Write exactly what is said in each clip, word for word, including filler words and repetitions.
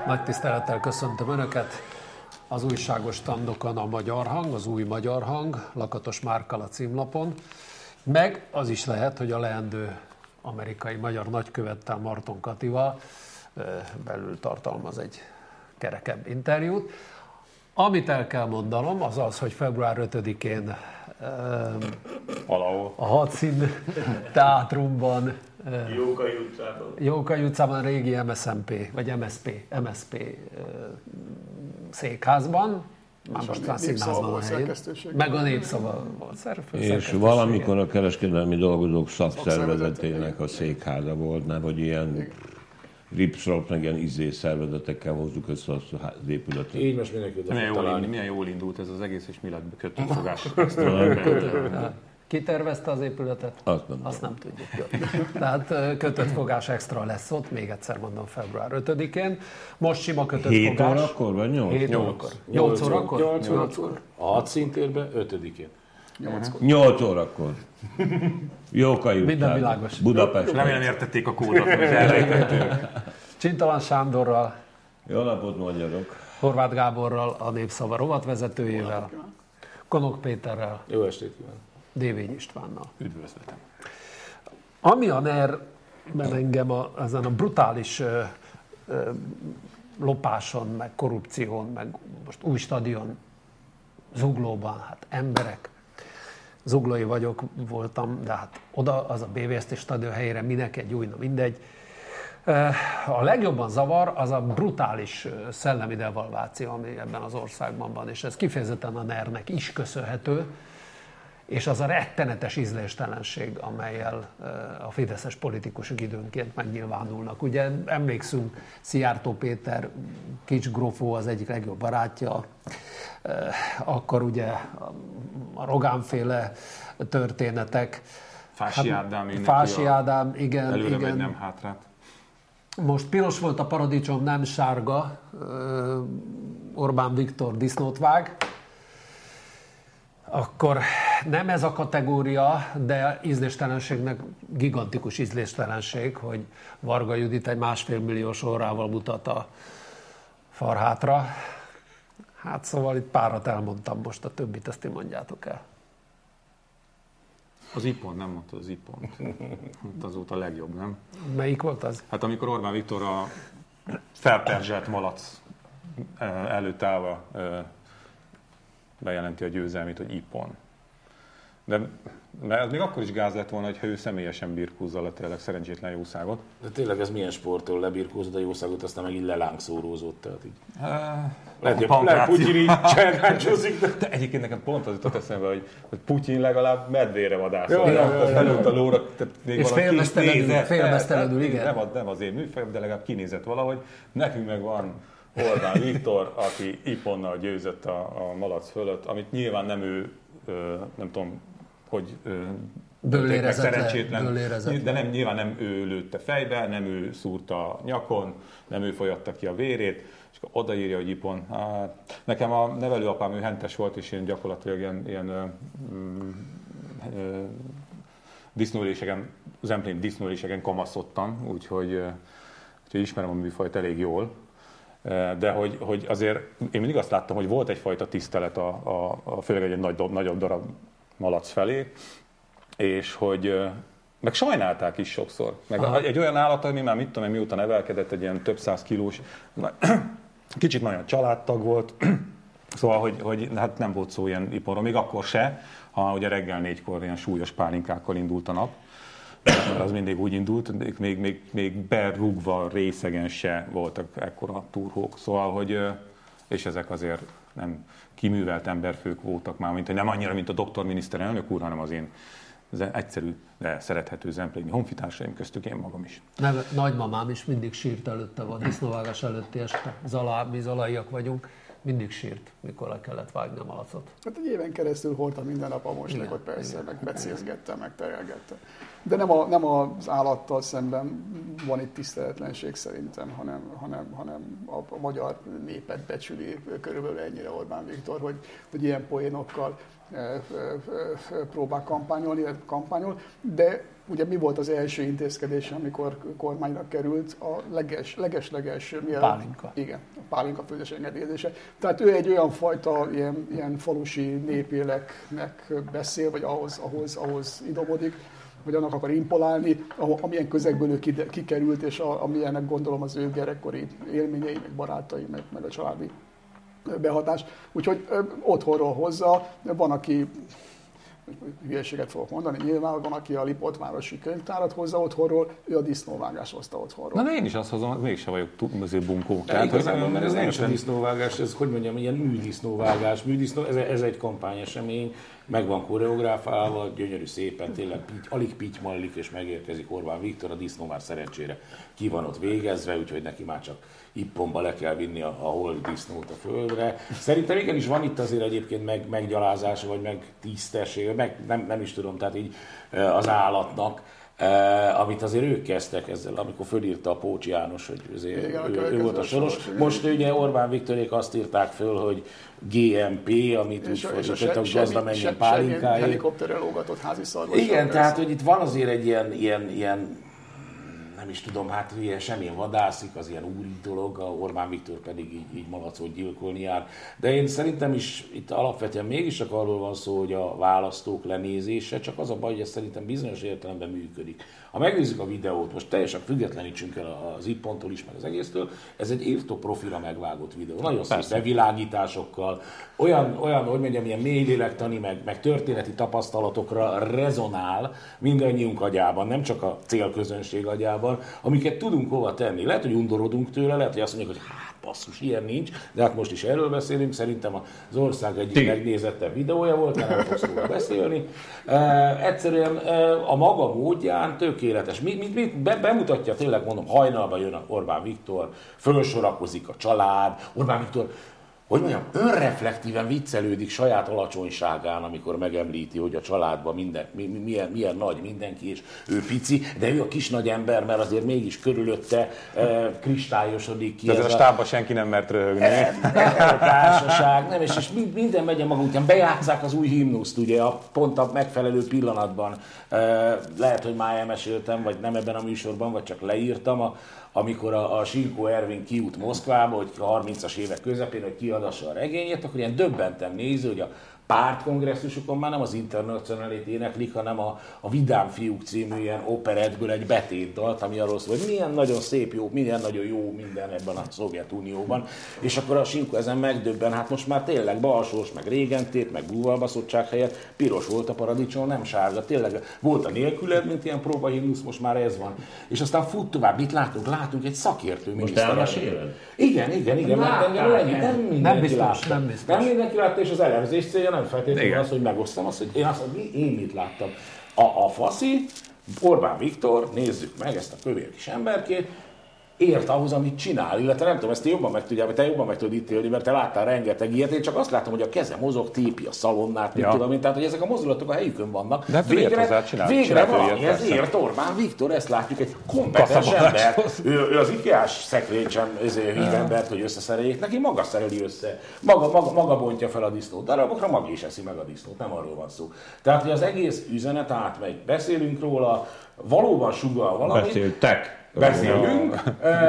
Nagy tisztelettel köszöntöm Önöket az újságos standokon a Magyar Hang, az új Magyar Hang, Lakatos Márkkal a címlapon, meg az is lehet, hogy a leendő amerikai magyar nagykövettel, Marton Katival belül tartalmaz egy kerekebb interjút. Amit el kell mondanom, az az, hogy február ötödikén a Hadszín Teátrumban, Jókai utcában. Jókai utcában, régi em es em pé, vagy em es pé, em es pé székházban, már most már színházban a helyén, meg a Népszava volt szerkesztőség. És valamikor a kereskedelmi dolgozók szakszervezetének a székháza volt, nem, hogy ilyen ripsrop, meg ilyen izé szervezetekkel hozzuk össze az épületet. Így most mindenki oda milyen, fog jól, találni. milyen jól indult ez az egész, és mi lett kötőfogás? Ki tervezte az épületet? Azt nem, Azt nem tudjuk. Tehát kötött fogás extra lesz ott, még egyszer mondom, február ötödikén. Most sima kötött hét fogás. hét órakor vagy nyolc? hét órakor. nyolc órakor? nyolc órakor. A Hadszíntérben ötödikén. nyolc órakor. Jókai utcában. Minden világos. Budapest. Remélem értették a kódot, hogy elrejtettük. Csintalan Sándorral, Jó napot mondjatok. Horváth Gáborral, a Népszava rovatvezetőjével, Konok Péterrel, Jó estét kívánok. Dévény Istvánnal. Üdvözletem. Ami a nerben engem a, ezen a brutális ö, ö, lopáson, meg korrupción, meg most új stadion Zuglóban, hát emberek, zuglói vagyok, voltam, de hát oda az a bé vé es té stadion helyére minek egy új, na mindegy. A legjobban zavar az a brutális szellemi devalváció, ami ebben az országban van, és ez kifejezetten a nernek is köszönhető, és az a rettenetes ízléstelenség, amellyel a fideszes politikusok időnként megnyilvánulnak. Ugye emlékszünk, Szijjártó Péter, Kics Grófó az egyik legjobb barátja, akkor ugye a Rogánféle történetek. Fási Hát, Ádám, Fási Ádám, igen. Előre igen. megy, nem hátrát. Most piros volt a paradicsom, nem sárga. Orbán Viktor disznót vág. Akkor nem ez a kategória, de ízléstelenségnek gigantikus ízléstelenség, hogy Varga Judit egy másfél milliós orrával mutat a Farhátra. Hát szóval itt párat elmondtam most, a többit ezt ti mondjátok el. Az ipon, nem mondta az ipont. Hát az volt a legjobb, nem? Melyik volt az? Hát amikor Orbán Viktor a felperzselt malac előtt állva bejelenti a győzelmét, hogy ipon. De mert ez még akkor is gáz lett volna, hogyha ő személyesen birkózza le tényleg szerencsétlen jószágot. De tényleg ez milyen sporttól lebirkózott a jószágot, aztán meg így lelángszórózott, tehát így. Uh, Lehet, hogy lehet, Putyin így csergáncsózik, de... de egyébként nekem pont az jutott eszembe, hogy, hogy Putyin legalább medvére vadászott. Ja, ja, ja, ja. Felült a lóra, És félmeztelenül, félmeztelenül, igen. Nem, nem az én műfajom, de legalább kinézett valahogy. Nekünk meg van Orbán Viktor, aki iponnal győzött a, a malac fölött, amit nyilván nem ő, nem tudom, hogy meg szerencsétlen, le, de nem, nyilván nem ő lőtte fejbe, nem ő szúrta nyakon, nem ő folyatta ki a vérét, és akkor odaírja, hogy ipon. Hát, nekem a nevelőapám, ő hentes volt, és én gyakorlatilag ilyen, ilyen ö, ö, disznóüléseken, zemplén disznóüléseken kamaszottam, úgyhogy, úgyhogy ismerem a műfajt elég jól. De hogy, hogy azért én mindig azt láttam, hogy volt egyfajta tisztelet, a, a, a, főleg egy nagy, nagyobb darab malac felé, és hogy meg sajnálták is sokszor. Meg Aha. egy olyan állat, ami már mit tudom én, mióta nevelkedett, egy ilyen több száz kilós, kicsit nagyon családtag volt, szóval, hogy, hogy hát nem volt szó ilyen iponról, még akkor se, ha ugye reggel négykor ilyen súlyos pálinkákkal indult a nap, mert az mindig úgy indult, még, még, még berúgva részegen se voltak ekkora turhók, szóval, hogy, és ezek azért nem kiművelt emberfők voltak már, mint, nem annyira, mint a doktor miniszterelnök úr, hanem az én egyszerű, de szerethető zempléni honfitársaim, köztük én magam is. Nem, nagymamám is mindig sírt előtte, a disznóvágás előtti este, Zala, mi zalaiak vagyunk, mindig sírt, mikor le kellett vágni a malacot. Hát egy éven keresztül hordta minden nap a moslékot, persze, igen, meg becézgette, meg terelgette. De nem, a, nem az állattal szemben van itt tiszteletlenség szerintem, hanem, hanem, hanem a, a magyar népet becsüli körülbelül ennyire Orbán Viktor, hogy, hogy ilyen poénokkal próbál kampányolni, kampányol, de ugye mi volt az első intézkedés, amikor kormányra került? A leges, leges, leges... Pálinka. Igen, a pálinka főzés engedélyezése. Tehát ő egy olyan fajta ilyen, ilyen falusi népéleknek beszél, vagy ahhoz, ahhoz, ahhoz idomodik, vagy annak akar impolálni, amilyen közegből ő kikerült, és amilyennek gondolom az ő gyerekkori élményei, meg barátai, meg, meg a családi behatás. Úgyhogy otthonról hozza, van, aki, hülyeséget fogok mondani, nyilván van, aki a Lipótvárosi könyvtárat hozza otthonról, ő a disznóvágást hozta otthonról. Na de én is azt hozom, mégsem vagyok azért bunkó. Tehát, igazából, mert ez nem is a disznóvágás, ez hogy mondjam, ilyen műdisznóvágás, műdisznó, ez, ez egy kampányesemény, meg van koreográfálva, gyönyörű szépen, tényleg pitty, alig pittymallik, és megérkezik Orbán Viktor, a disznó már szerencsére ki van ott végezve, úgyhogy neki már csak ippomba le kell vinni a, a holdi disznót a földre. Szerintem igenis van itt azért egyébként meg, meggyalázása, vagy meg tisztessége, meg nem, nem is tudom, tehát így az állatnak, Uh, amit azért ők kezdtek ezzel, amikor fölírta a Pócs János, hogy azért igen, ő, ő volt a soros. Most ugye Orbán Viktorék azt írták föl, hogy gé em pé, amit úgy fordítottak, gazda menjen pálinkáért. Helikopterrel lógatott házi szarvas. Igen, tehát hogy itt van azért egy ilyen, ilyen, ilyen nem is tudom, hát ilyen semmilyen vadászik, az ilyen úri dolog, a Orbán Viktor pedig így, így malacot gyilkolni jár. De én szerintem is itt alapvetően mégis csak arról van szó, hogy a választók lenézése, csak az a baj, hogy ez szerintem bizonyos értelemben működik. Ha megnézzük a videót, most teljesen függetlenítsünk el az ippontól is, meg az egésztől, ez egy írtó profilra megvágott videó. Nagyon szép bevilágításokkal, olyan, olyan, hogy mondjam, ilyen mélylélektani, meg, meg történeti tapasztalatokra rezonál mindannyiunk agyában, nem csak a célközönség agyában, amiket tudunk hova tenni. Lehet, hogy undorodunk tőle, lehet, hogy azt mondjuk, hogy hát basszus, ilyen nincs, de hát most is erről beszélünk, szerintem az ország egyik megnézettebb videója volt, mert nem fogsz róla beszélni. Uh, egyszerűen uh, a maga módján tökéletes. Mit, mit, mit be, bemutatja, tényleg mondom, hajnalban jön a Orbán Viktor, fölsorakozik a család, Orbán Viktor, hogy mondjam, önreflektíven viccelődik saját alacsonyságán, amikor megemlíti, hogy a családban minden, milyen, milyen nagy mindenki, és ő pici, de ő a kis nagy ember, mert azért mégis körülötte e, kristályosodik ki. De ez a stábban senki nem mert röhögni. E, a társaság, nem, és, és minden megy a maga után. Bejátsszák az új himnuszt, ugye, a, pont a megfelelő pillanatban. E, lehet, hogy már elmeséltem, vagy nem ebben a műsorban, vagy csak leírtam, a, amikor a, a Sinkó Ervin kijut Moszkvába, hogy a harmincas évek közepén, hogy kiadassa a regényét, akkor ilyen döbbenten néző, hogy a pártkongresszusokon már nem az Internacionalét éneklik, hanem a, a Vidám fiúk című ilyen operettből egy betétdalt, ami arról szól, hogy milyen nagyon szép jó, milyen nagyon jó minden ebben a Szovjetunióban. És akkor a Sinkó ezen megdöbben, hát most már tényleg balsós, meg régentét, meg búvalbaszottság helyett piros volt a paradicsom, nem sárga. Tényleg volt a nélküled, mint ilyen próbahimnusz, most már ez van. És aztán fut tovább, mit látunk? Látunk egy szakértő miniszterelnök. Igen, igen, igen, mert engem ennyi, nem mindenki nem biztos, látta. nem biztos. Nem mindenki látta, és az elemzés célja nem feltétlenül az, hogy megosztam azt, hogy én azt mondom, én mit láttam. A, a faszi, Orbán Viktor, nézzük meg ezt a kövér kis emberkét, ért ahhoz, amit csinál, illetve nem tudom, ezt te jobban meg tudjál, vagy te jobban meg tudod ítélni, mert te láttál rengeteg ilyet, én csak azt látom, hogy a keze mozog, tépi a szalonnát, ja. tudom én, tehát hogy ezek a mozdulatok a helyükön vannak. De végre, végre valami, ez ért Orbán Viktor, ezt látjuk, egy kompetens ember. Ő, ő az IKEA-s szekrény sem hív embert, hogy összeszereljék, neki maga szereli össze, maga, maga, maga bontja fel a disznót darabokra, maga is eszi meg a disznót, nem arról van szó. Tehát, hogy az egész üzenet átmegy, beszélünk róla, valóban sugal valamit. Beszéltek. Beszélünk.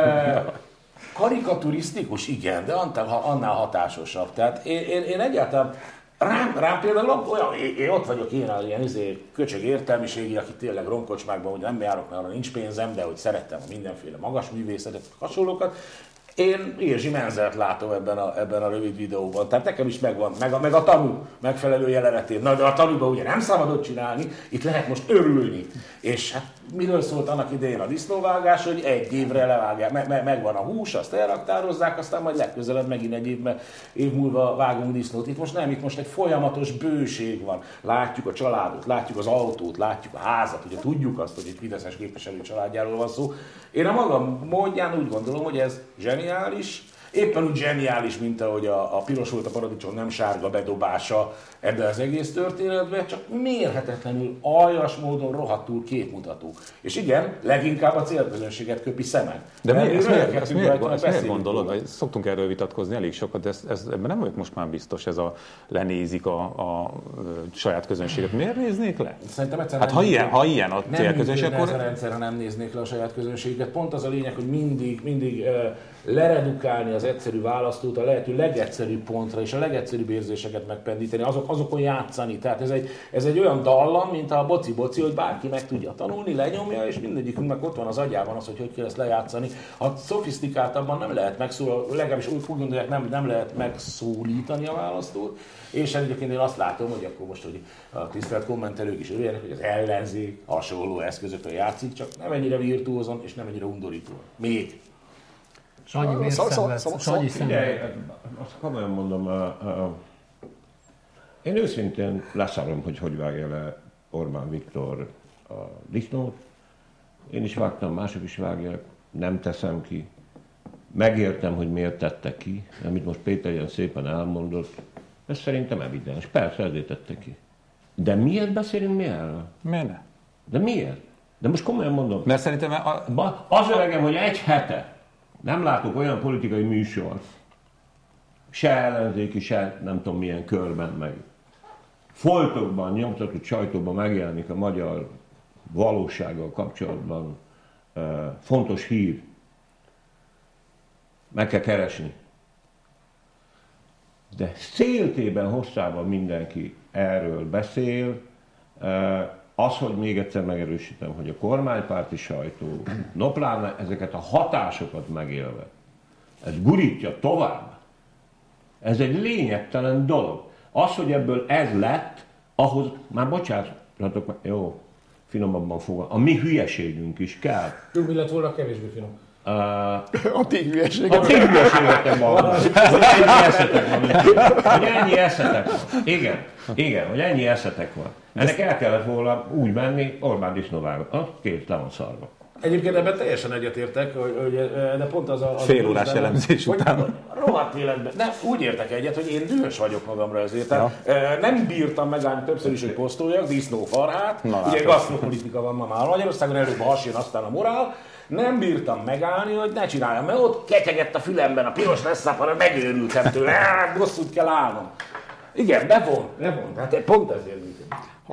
E, karikaturisztikus, igen, de annál, annál hatásosabb. Tehát én, én, én egyáltalán, rám, rám például olyan, én, én ott vagyok, én ilyen izé, köcsög értelmiségi, aki tényleg romkocsmákban, hogy nem járok, mert arra nincs pénzem, de hogy szerettem a mindenféle magas művészetet, hasonlókat. Én Érzsi Menzert látom ebben a, ebben a rövid videóban, tehát nekem is megvan, meg a, meg a tanú megfelelő jelenetén. Na de a tanúban ugye nem szabadott csinálni, itt lehet most örülni. És hát miről szólt annak idején a disznóvágás, hogy egy évre levágják, me, me, megvan a hús, azt elraktározzák, aztán majd legközelebb megint egy évben, év múlva vágunk disznót. Itt most nem, itt most egy folyamatos bőség van. Látjuk a családot, látjuk az autót, látjuk a házat, ugye tudjuk azt, hogy egy fideszes képviselő családjáról van szó. Én a magam módján úgy gondolom, hogy ez zseniális, éppen úgy zseniális, mint ahogy a, a piros volt a paradicsom nem sárga bedobása ebbe az egész történetbe, csak mérhetetlenül aljas módon rohadtul képmutató. És igen, leginkább a célközönséget köpi szemen. De miért, ezt miért, ezt miért, ezt miért gondolod? Szoktunk erről vitatkozni elég sokat, de ez, ez, ebben nem vagyok most már biztos, ez a lenézik a, a, a saját közönséget. Miért néznék le? Szerintem egyszerűen hát ha ilyen, ha ilyen a célközönség, akkor... akkor... Nem ez a rendszer, ha nem néznék le a saját közönséget. Pont az a lényeg, hogy mindig, mindig uh, leredukálni az egyszerű választót a lehető legegyszerűbb pontra, és a legegyszerűbb érzéseket megpendíteni, azok, azokon játszani. Tehát ez egy, ez egy olyan dallam, mint a boci-boci, hogy bárki meg tudja tanulni, lenyomja, és mindegyikünknek ott van az agyában az, hogy hogy kell ezt lejátszani. Ha szofisztikáltabban nem lehet megszólítani, legalábbis úgy gondolják, nem, nem lehet megszólítani a választót, és egyébként én azt látom, hogy akkor most, hogy a tisztelt kommentelők is örüljenek, hogy az ellenzék hasonló eszközökkel játszik, csak nem ennyire virtuózon és nem ennyire undorítóan. Még. Sanyi miért szenvedsz? Sanyi szenvedsz. Azt komolyan mondom, a, a, én őszintén leszarom, hogy hogy vágja le Orbán Viktor a disznót. Én is vágtam, mások is vágják, nem teszem ki. Megértem, hogy miért tette ki, amit most Péter ilyen szépen elmondott. Ez szerintem evidens. Persze, ezért tette ki. De miért beszélünk mi erről? Miért ne? De miért? De most komolyan mondom. Mert szerintem... A... Az öregem, hogy egy hete nem látok olyan politikai műsort, se ellenzéki, se nem tudom milyen körben meg. Foltokban, nyomtatott sajtóban megjelenik a magyar valósággal kapcsolatban uh, fontos hír. Meg kell keresni. De széltében, hosszában mindenki erről beszél. Az, hogy még egyszer megerősítem, hogy a kormánypárti sajtó, no pláne ezeket a hatásokat megélve, ez gurítja tovább. Ez egy lényegtelen dolog. Az, hogy ebből ez lett, ahhoz, már bocsánatok, jó, finomabban fogal, a mi hülyeségünk is kell. Jó, mi lett volna kevésbé finom? Uh, a ti hülyeséget. A ti hülyeségetek van. Hogy ennyi eszetek van. Hogy ennyi eszetek van. Igen, igen, hogy ennyi eszetek van. Ennek el kellett volna úgy menni, Orbán disznóvágott. Ah, kész, le van szarva. Egyébként ebben teljesen egyetértek, hogy, hogy, de pont az a... Az fél órás elemzés után. Rohadt életben. Nem, úgy értek egyet, hogy én dühös vagyok magamra ezért. Ja. Nem bírtam megállni többször is, hogy posztoljak, disznófarhát. Na, ugye gasztropolitika van ma már Magyarországon, előbb a has jön, aztán a morál. Nem bírtam megállni, hogy ne csináljam, mert ott ketyegett a fülemben a piros leszápara, megőrültem tőle, bosszút kell állnom. Igen, bevon, bevon, hát pont ezért működik.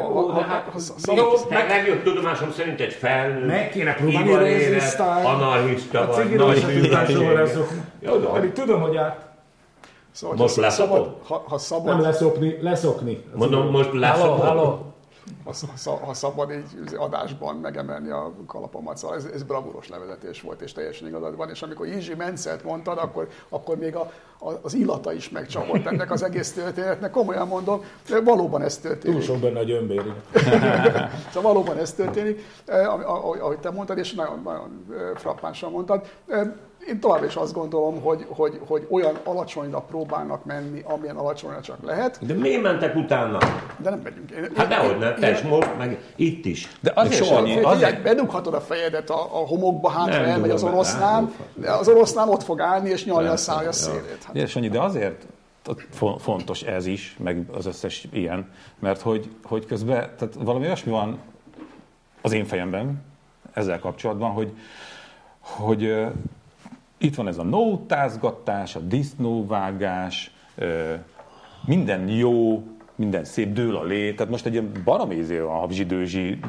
Legjobb tudomásom szerint egy felnőtt, meg kéne próbálni, anarchista vagy, nagy hűtásról leszok. Pedig tudom, hogy át... Szóval, most leszokod? Ha, ha szabad... Nem leszokni, leszokni. Mondom, most leszokod? Ha, ha szabad így adásban megemelni a kalapomat, szóval ez, ez bravúros levezetés volt, és teljesen igazad van, és amikor Izsi Mencelt mondtad, akkor, akkor még a, a, az illata is megcsapott ennek az egész történetnek, komolyan mondom, valóban ez történik. Túl sok benne a gyömbér. Szóval valóban ez történik, ahogy te mondtad, és nagyon, nagyon frappánsan mondtad. Én tovább is azt gondolom, hogy, hogy, hogy olyan alacsonyra próbálnak menni, amilyen alacsonyra csak lehet. De miért mentek utána? De nem megyünk. Én, hát dehogy nem, te is most, meg itt is. De azért soha, annyi, azért... Bedughatod a fejedet a, a homokba, hátra elmegy az orosznál, de az orosznál ott fog állni, és nyalja a szája szélét. Hát. És annyi, de azért fontos ez is, meg az összes ilyen, mert hogy, hogy közben, tehát valami olyasmi van az én fejemben ezzel kapcsolatban, hogy, hogy itt van ez a nótázgatás, a disznóvágás, minden jó, minden szép, dől a lé, tehát most egy ilyen baromézé a habzsidőzsi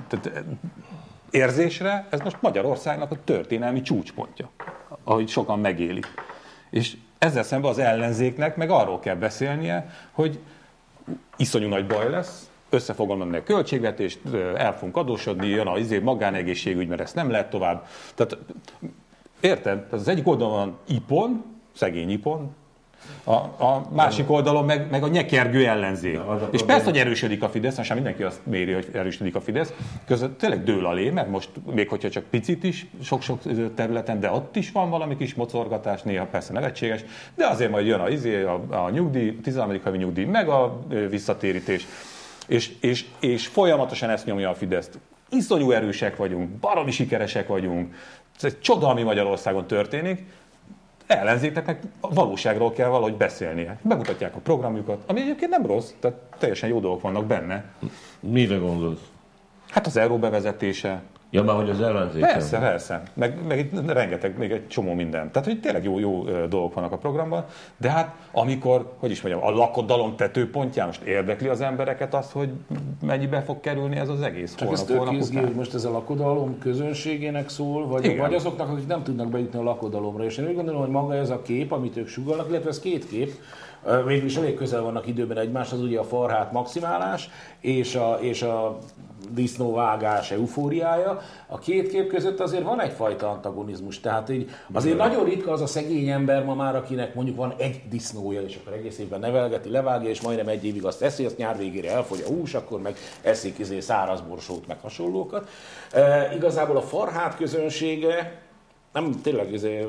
érzésre, ez most Magyarországnak a történelmi csúcspontja, ahogy sokan megélik. És ezzel szemben az ellenzéknek meg arról kell beszélnie, hogy iszonyú nagy baj lesz, össze fogom menni a költségvetést, el fogunk adósodni, jön a izé, magánegészségügy, mert ezt nem lehet tovább. Tehát érted? Az egyik oldalon van Ipon, szegény Ipon, a, a másik oldalon meg, meg a nyekergő ellenzék. És persze, hogy erősödik a Fidesz, most mindenki azt méri, hogy erősödik a Fidesz, között tényleg dől a lé, mert most még hogyha csak picit is, sok-sok területen, de ott is van valami kis mocorgatás, néha persze nevetséges, de azért majd jön a, izé, a, a nyugdíj, tizenedik havi nyugdíj, meg a visszatérítés, és, és, és folyamatosan ezt nyomja a Fideszt. Iszonyú erősek vagyunk, baromi sikeresek vagyunk, ez egy csoda, ami Magyarországon történik, ellenzéknek meg a valóságról kell valahogy beszélnie. Bemutatják a programjukat, ami egyébként nem rossz, tehát teljesen jó dolgok vannak benne. Mire gondolsz? Hát az euró bevezetése. Ja, már hogy az ellenzék. Persze, persze. Meg, meg itt rengeteg, még egy csomó minden. Tehát, hogy tényleg jó, jó dolgok vannak a programban, de hát amikor, hogy is mondjam, a lakodalom tetőpontján most érdekli az embereket az, hogy mennyibe fog kerülni ez az egész Csak holnap, ez tök holnap izgi, után. hogy most ez a lakodalom közönségének szól, vagy, vagy azoknak, akik nem tudnak bejutni a lakodalomra. És én úgy gondolom, hogy maga ez a kép, amit ők sugallnak, illetve ez két kép, végülis elég közel vannak időben egymáshoz, ugye a farhát maximálás és a, és a disznóvágás eufóriája. A két kép között azért van egyfajta antagonizmus. Tehát így azért nagyon ritka az a szegény ember ma már, akinek mondjuk van egy disznója, és akkor egész évben nevelgeti, levágja, és majdnem egy évig azt eszi, azt nyár végére elfogy a hús, akkor meg eszik izé száraz borsót, meg hasonlókat. E, igazából a farhát közönsége, nem tényleg izé,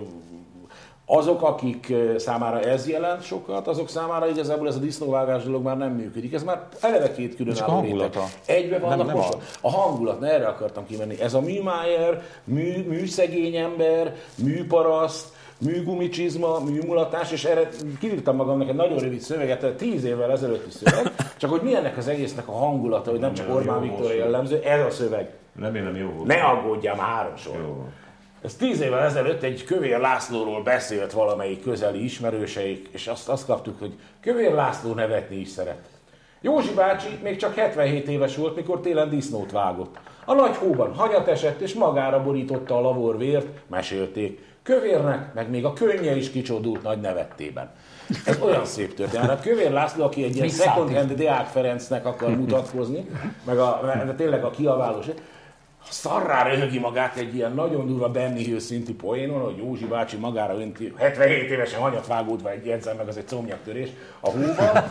azok, akik számára ez jelent sokat, azok számára igazából ez a disznóvágás dolog már nem működik. Ez már eleve két különálló réteg. Egybe vannak nem, most. Nem a... a hangulat, na erre akartam kimenni. Ez a műmájer, mű, műszegény ember, műparaszt, műgumicsizma, műmulatás, és erre kiírtam magamnak egy nagyon rövid szöveget, tíz évvel ezelőtti szöveg, csak hogy milyennek az egésznek a hangulata, hogy nem csak Orbán Viktorra jellemző, ez a szöveg. Remélem jó volt. Ne aggódjál, már három sor. Ez tíz évvel ezelőtt egy Kövér Lászlóról beszélt valamelyik közeli ismerőseik, és azt, azt kaptuk, hogy Kövér László nevetni is szeret. Józsi bácsi még csak hetvenhét éves volt, mikor télen disznót vágott. A nagy hóban hanyat esett, és magára borította a lavorvért, mesélték. Kövérnek, meg még a könnye is kicsodult nagy nevettében. Ez olyan szép történet. A Kövér László, aki egy ilyen second hand Deák Ferencnek akar mutatkozni, meg a, de tényleg a kiabálós, szarrá röhögi magát egy ilyen nagyon durva Benny Hill szintű poénon, hogy Józsi bácsi magára önti, hetvenhét évesen hanyat vágódva egy jegyzem, meg az egy comnyaktörés a hóban.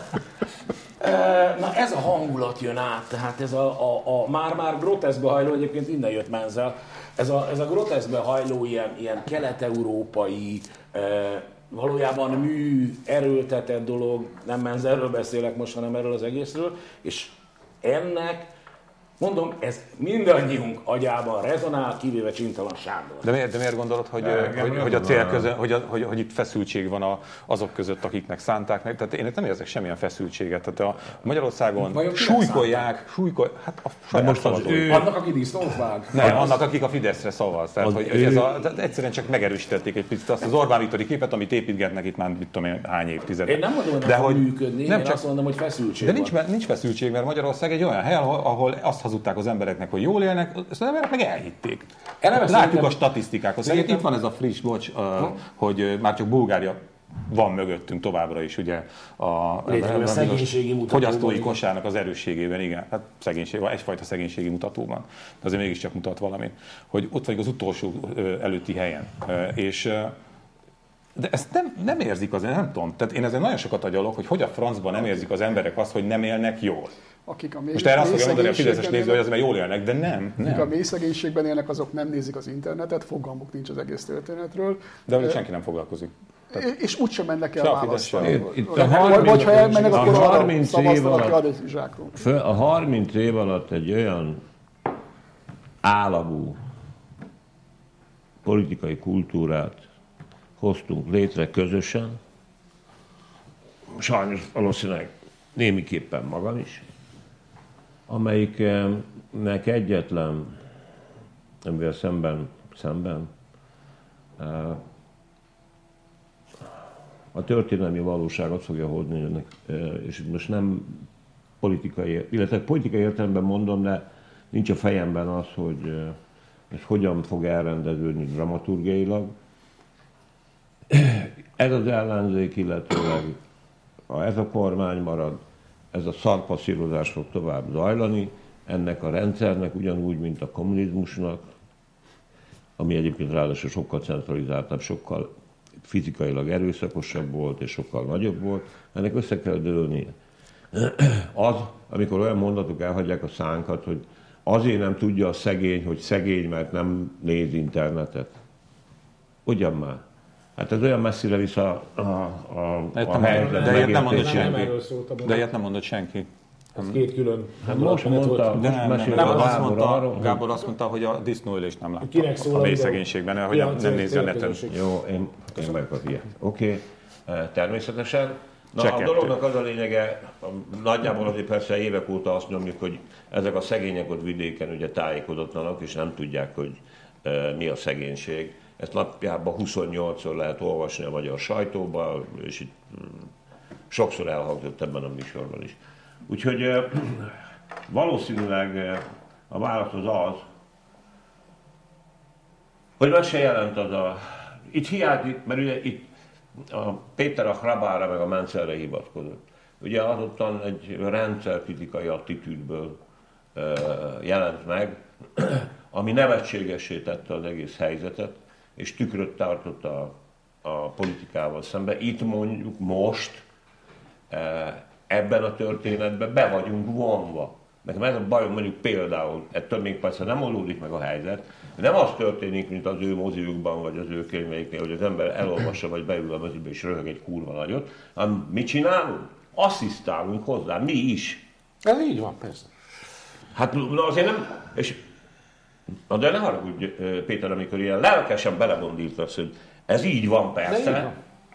Na ez a hangulat jön át, tehát ez a, a, a már-már groteszkbe hajló, egyébként innen jött Menzel, ez a, ez a groteszkbe hajló ilyen, ilyen kelet-európai, e, valójában mű, erőltetett dolog, nem Menzelről beszélek most, hanem erről az egészről, és ennek mondom, ez mindannyiunk agyában rezonál, kivéve Csintalan Sándor. De miért, de miért gondolod, hogy, hogy, hogy a cél közön, hogy, a, hogy, hogy itt feszültség van a, azok között, akiknek szánták meg? Tehát én itt nem érzek semmilyen feszültséget. Tehát a Magyarországon súlykolják, súlykolják, hát a saját most az ő... Annak, aki disznót vág? Nem, annak, akik a Fideszre szavaz. Tehát, hogy, ő... ez a, egyszerűen csak megerősítették egy picit azt az Orbán Viktori képet, amit építgetnek itt már, mit tudom én, hány évtized. Én nem mondom, hogy nem fog működni, nem én csak... azt mondom, hogy feszültség De nincs, nincs feszültség, mert Magyarország egy olyan hely, ahol azt hazudták az embereknek, hogy jól élnek, az emberek meg elhitték. Látjuk szerintem... a statisztikákat. Szerintem itt van ez a friss, bocs, uh, hogy már csak Bulgária van mögöttünk továbbra is, ugye, a, a, a szegénységi fogyasztói kosárnak az erősségében, igen, hát szegénység, egyfajta szegénységi mutatóban, de azért mégiscsak mutat valamit, hogy ott vagyunk az utolsó előtti helyen. És de ezt nem, nem érzik az, nem tudom. Tehát én ezen nagyon sokat agyalok, hogy hogy a francban nem érzik az emberek azt, hogy nem élnek jól. Akik a mély, most erre azt fogja mondani a fideszes néző, hogy azért mert jól élnek, de nem. nem. Akik a mély szegénységben élnek, azok nem nézik az internetet, fogalmuk nincs az egész történetről. De velük senki nem foglalkozik. Tehát, és úgysem mennek el választani. Vagy ha elmennek, akkor arra szavaznak, aki ad egy zsákról. A harminc év alatt egy olyan állagú politikai kultúrát hoztunk létre közösen, sajnos valószínűleg némiképpen magam is, amelyiknek egyetlen, amivel szemben, szemben a történelmi valóság azt fogja hozni, és most nem politikai, illetve politikai értelemben mondom, de nincs a fejemben az, hogy ez hogyan fog elrendeződni dramaturgiailag. Ez az ellenzék, illetőleg ha ez a kormány marad, ez a szarpasszírozás fog tovább zajlani, ennek a rendszernek ugyanúgy, mint a kommunizmusnak, ami egyébként ráadásul sokkal centralizáltabb, sokkal fizikailag erőszakosabb volt, és sokkal nagyobb volt, ennek össze kell dőlnie. Az, amikor olyan mondatok elhagyják a szánkat, hogy azért nem tudja a szegény, hogy szegény, mert nem néz internetet. Ugyan már. Hát ez olyan messzire visz a, a, a, a helyzet. De ilyet nem mondott senki. De ilyet nem mondott senki. Ez két külön. Nem most mondta, most nem, mesél nem, a azt Gábor mondta, arról, Gábor azt mondta, hogy a disznóölést nem látta Kinek szól a a mély videó? szegénységben, hogy Ja, nem, nem cél- nézi a neten. célközönség. Jó, én, én vagyok a hülye. Oké, okay. Természetesen. Na, Csak a kettő. dolognak az a lényege, nagyjából azért persze évek óta azt nyomjuk, hogy ezek a szegények ott vidéken ugye tájékozatlanak, és nem tudják, hogy e, mi a szegénység. Ezt napjában huszonnyolcszor lehet olvasni a magyar sajtóban, és itt mm, sokszor elhangzott ebben a műsorban is. Úgyhogy e, valószínűleg e, a válasz az az, hogy meg se jelent az a... Itt hiányzik, mert ugye itt a Péter a Hrabára meg a Mencelre hivatkozott. Ugye azután egy rendszerkritikai attitűdből e, jelent meg, ami nevetségessé tette az egész helyzetet, és tükröt tartott a, a politikával szemben. Itt mondjuk most e, ebben a történetben be vagyunk vonva. Nekem ez a bajom mondjuk például, ettől még persze nem oldódik meg a helyzet, nem az történik, mint az ő moziukban, vagy az ő könyveiknél, hogy az ember elolvassa, vagy beül a moziba és röhög egy kurva nagyot, hanem mit csinálunk? Asszisztálunk hozzá, mi is. Ez így van, persze. Hát na azért nem, és, na de ne haragudj, Péter, amikor ilyen lelkesen belegondoltasz, hogy ez így van persze. De így van.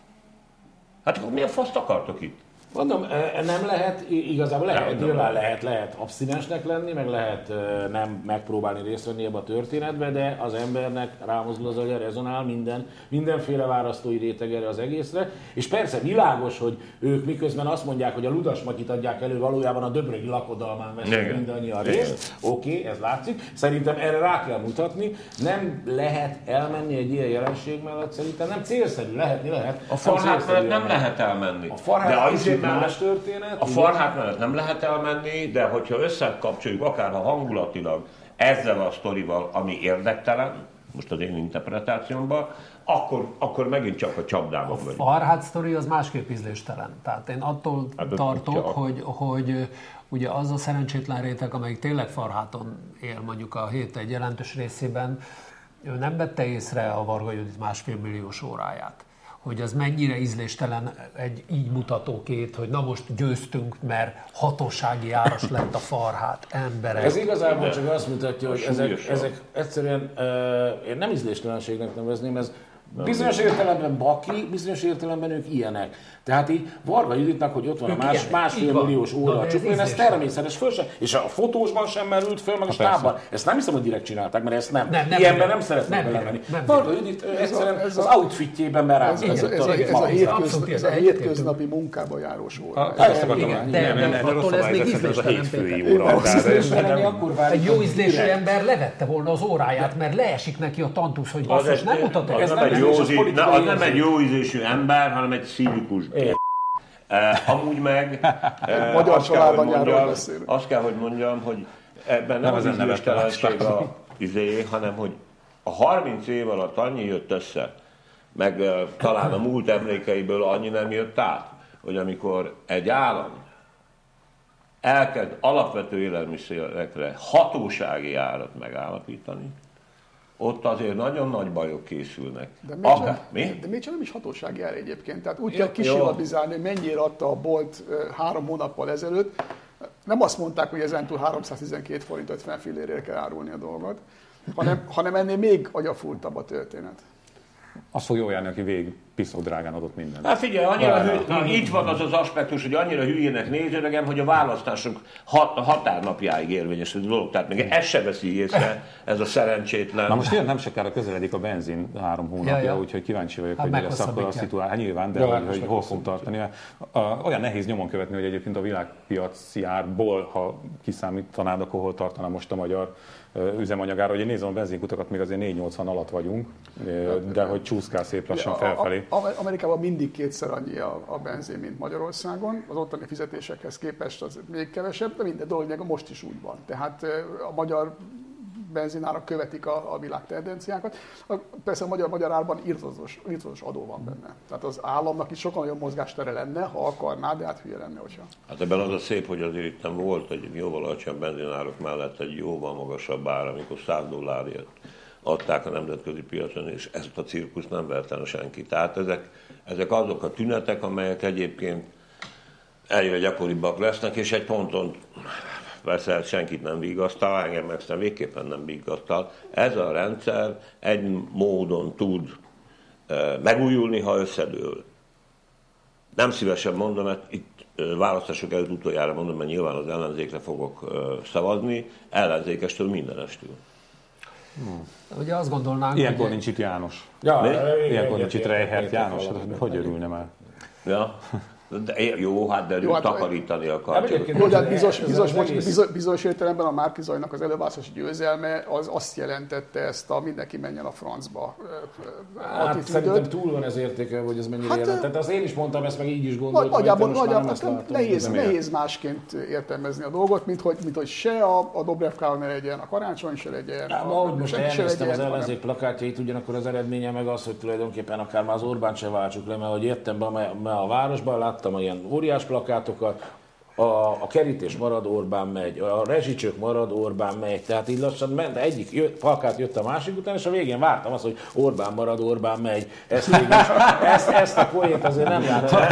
Hát akkor milyen faszt akartok itt? Mondom, nem lehet, igazából lehet, Nem, nem nyilván lehet. lehet, lehet abszinensnek lenni, meg lehet nem megpróbálni részt venni ebbe a történetbe, de az embernek rámozdul az agya, rezonál minden, mindenféle választói réteg erre az egészre, és persze világos, hogy ők miközben azt mondják, hogy a Ludasmakit adják elő, valójában a Döbrögi lakodalmán veszik mindannyian részt. Oké, okay, ez látszik. Szerintem erre rá kell mutatni. Nem lehet elmenni egy ilyen jelenség mellett, szerintem nem célszerű, lehetni lehet. A farhát mellett nem lehet elmenni. A farhát de azért mellett- más történet. A igen. farhát mellett nem lehet elmenni, de hogyha összekapcsoljuk akár ha hangulatilag ezzel a sztorival, ami érdektelen, most az én interpretációmban, akkor, akkor megint csak a csapdában A vagyunk. Farhad sztori az másképp ízléstelen. Tehát én attól Hát, de tartok, tudja. hogy, hogy ugye az a szerencsétlen réteg, amelyik tényleg Farháton él mondjuk a hét egy jelentős részében, ő nem vette észre a Varga Judit másfél milliós óráját. Hogy az mennyire ízléstelen egy így mutató kép, hogy na most győztünk, mert hatósági áras lett a Farhát, emberek. Ez igazából csak azt mutatja, hogy ezek, súlyosabb. ezek egyszerűen, uh, én nem ízléstelenségnek nevezném, ez bizonyos értelemben baki, bizonyos értelemben ők ilyenek. Tehát így Varga Juditnak, hogy ott van a Ők más, ilyenek, másfél így van. milliós Na, óra de a ez csupán, ez ízléstelen. természetes, föl sem, és a fotósban sem merült föl, meg a persze. stábban. Ezt nem hiszem, hogy direkt csinálták, mert ezt nem. Nem, nem Ilyenben direkt. nem szeretnék Nem belemenni. direkt, nem Varga direkt. Judit egyszerűen ez az a- outfitjében berázott. Ez, ez, ez, a, ez, a, Abszolút hétköz, ez a ilyen, hétköznapi munkába járós óra. A- azt akartam, igen, de- nem, de nem, nem, attól rossz ez még szabály, ez a ízléstelen, hétfői Péter. óra. tehát ez- Lenni, akkor válik, Egy jó hogy ízlésű direkt. ember levette volna az óráját, mert leesik neki a tantusz, hogy basszus, nem mutatok. az ez nem, nem egy ízlés, jó, az íz- politikai na, az nem érzék. egy jó ízésű ember, hanem egy színikus. Uh, amúgy meg uh, Magyar azt kell, hogy családanyáról mondjam, beszélünk. azt kell, hogy mondjam, hogy ebben nem, Nem az ezen ízléstelenség nevettem, a izé, hanem hogy a harminc év alatt annyi jött össze, meg uh, talán a múlt emlékeiből annyi nem jött át, hogy amikor egy állam elkezd alapvető élelmiszerekre hatósági árat megállapítani, ott azért nagyon nagy bajok készülnek. De még, Akár- csak, mi? de még csak nem is hatósági ár egyébként. Tehát úgy Jó, kell jó. kisilabizálni, hogy mennyire adta a bolt ö, három hónappal ezelőtt. Nem azt mondták, hogy ezentúl háromszáztizenkét forint ötven fillérért kell árulni a dolgot, hanem, hanem ennél még agyafultabb a történet. Az fog jól járni, aki végig piszok drágán adott mindent. Hát figyelj, annyira hű, na, itt van az az aspektus, hogy annyira hülyének nézőlegem, hogy a választások hat, határnapjáig érvényes ez a dolog. Tehát még ezt se veszi észre, ez a szerencsétlen. Na most ilyen nem sokára közeledik a benzin három hónapja, Ja, ja. úgyhogy kíváncsi vagyok, Hát hogy mi lesz akkor a meghosszabbítják. szituáció. Hát nyilván, de Ja, hogy, hát hogy most hol fog tartani. A- Olyan nehéz nyomon követni, hogy egyébként a világpiaci árból, ha kiszámítanád, akkor hol tartana most a magyar ö, üzemanyagára. Ugye nézem a benzinkutakat, még azért négy nyolcvan alatt vagyunk, ö, de hogy csúszkál szép lassan A- a- felfelé. a- Amerikában mindig kétszer annyi a, a benzin, mint Magyarországon. Az ottani fizetésekhez képest az még kevesebb, de minden dolog most is úgy van. Tehát ö, a magyar benzinárak követik a, a világ tendenciákat. A, persze a magyar, magyar árban írtozatos, írtozatos adó van benne. Tehát az államnak is sokkal nagyobb mozgástere lenne, ha akarná, de hát hülye lenne, hogyha. Hát ebben az a szép, hogy azért itt nem volt egy jóval alacsonyabb benzinárok mellett egy jóval magasabb ár, amikor száz dollárért adták a nemzetközi piacon, és ezt a cirkuszt nem verte el senki. Tehát ezek, ezek azok a tünetek, amelyek egyébként egyre gyakoribbak lesznek, és egy ponton persze senkit nem vigasztal, engem meg aztán végképpen nem vigasztal. Ez a rendszer egy módon tud megújulni, ha összedől. Nem szívesen mondom, mert itt választások előtt utoljára mondom, mert nyilván az ellenzékre fogok szavazni, ellenzékestől mindenestől. Hmm. Ugye azt gondolnánk, ilyenkor hogy... nincs itt János. Ja, ilyenkor nincs itt Reichert János. Hogy örülne már? Ja. De, jó, hát de ő hát, takarítani akar. Jó, de bizonyos, bizonyos, bizonyos, bizonyos értelemben a Márki Zajnak az előválasztási győzelme az azt jelentette ezt a mindenki menjen a francba hát szerintem túl van ez értékelve, hogy ez mennyire hát, jelentette. Azt én is mondtam, ezt meg így is gondoltam. Nagyjából, nagyjából nehéz, nehéz másként értelmezni a dolgot, mint hogy, mint hogy se a, a Dobrev ne legyen, a Karácsony se legyen. Ja, a, ahogy most elnéztem az ellenzék plakátjait, ugyanakkor az eredménye meg az, hogy tulajdonképpen akár már az Orbán se váltsuk le, mert hogy jöttem be a városban, láttam ilyen óriás plakátokat, a, a kerítés marad, Orbán megy, a rezsicsök marad, Orbán megy, tehát így lassan ment, egyik jött, plakát jött a másik után, és a végén vártam azt, hogy Orbán marad, Orbán megy. Ezt, végül, ezt, ezt a poént azért nem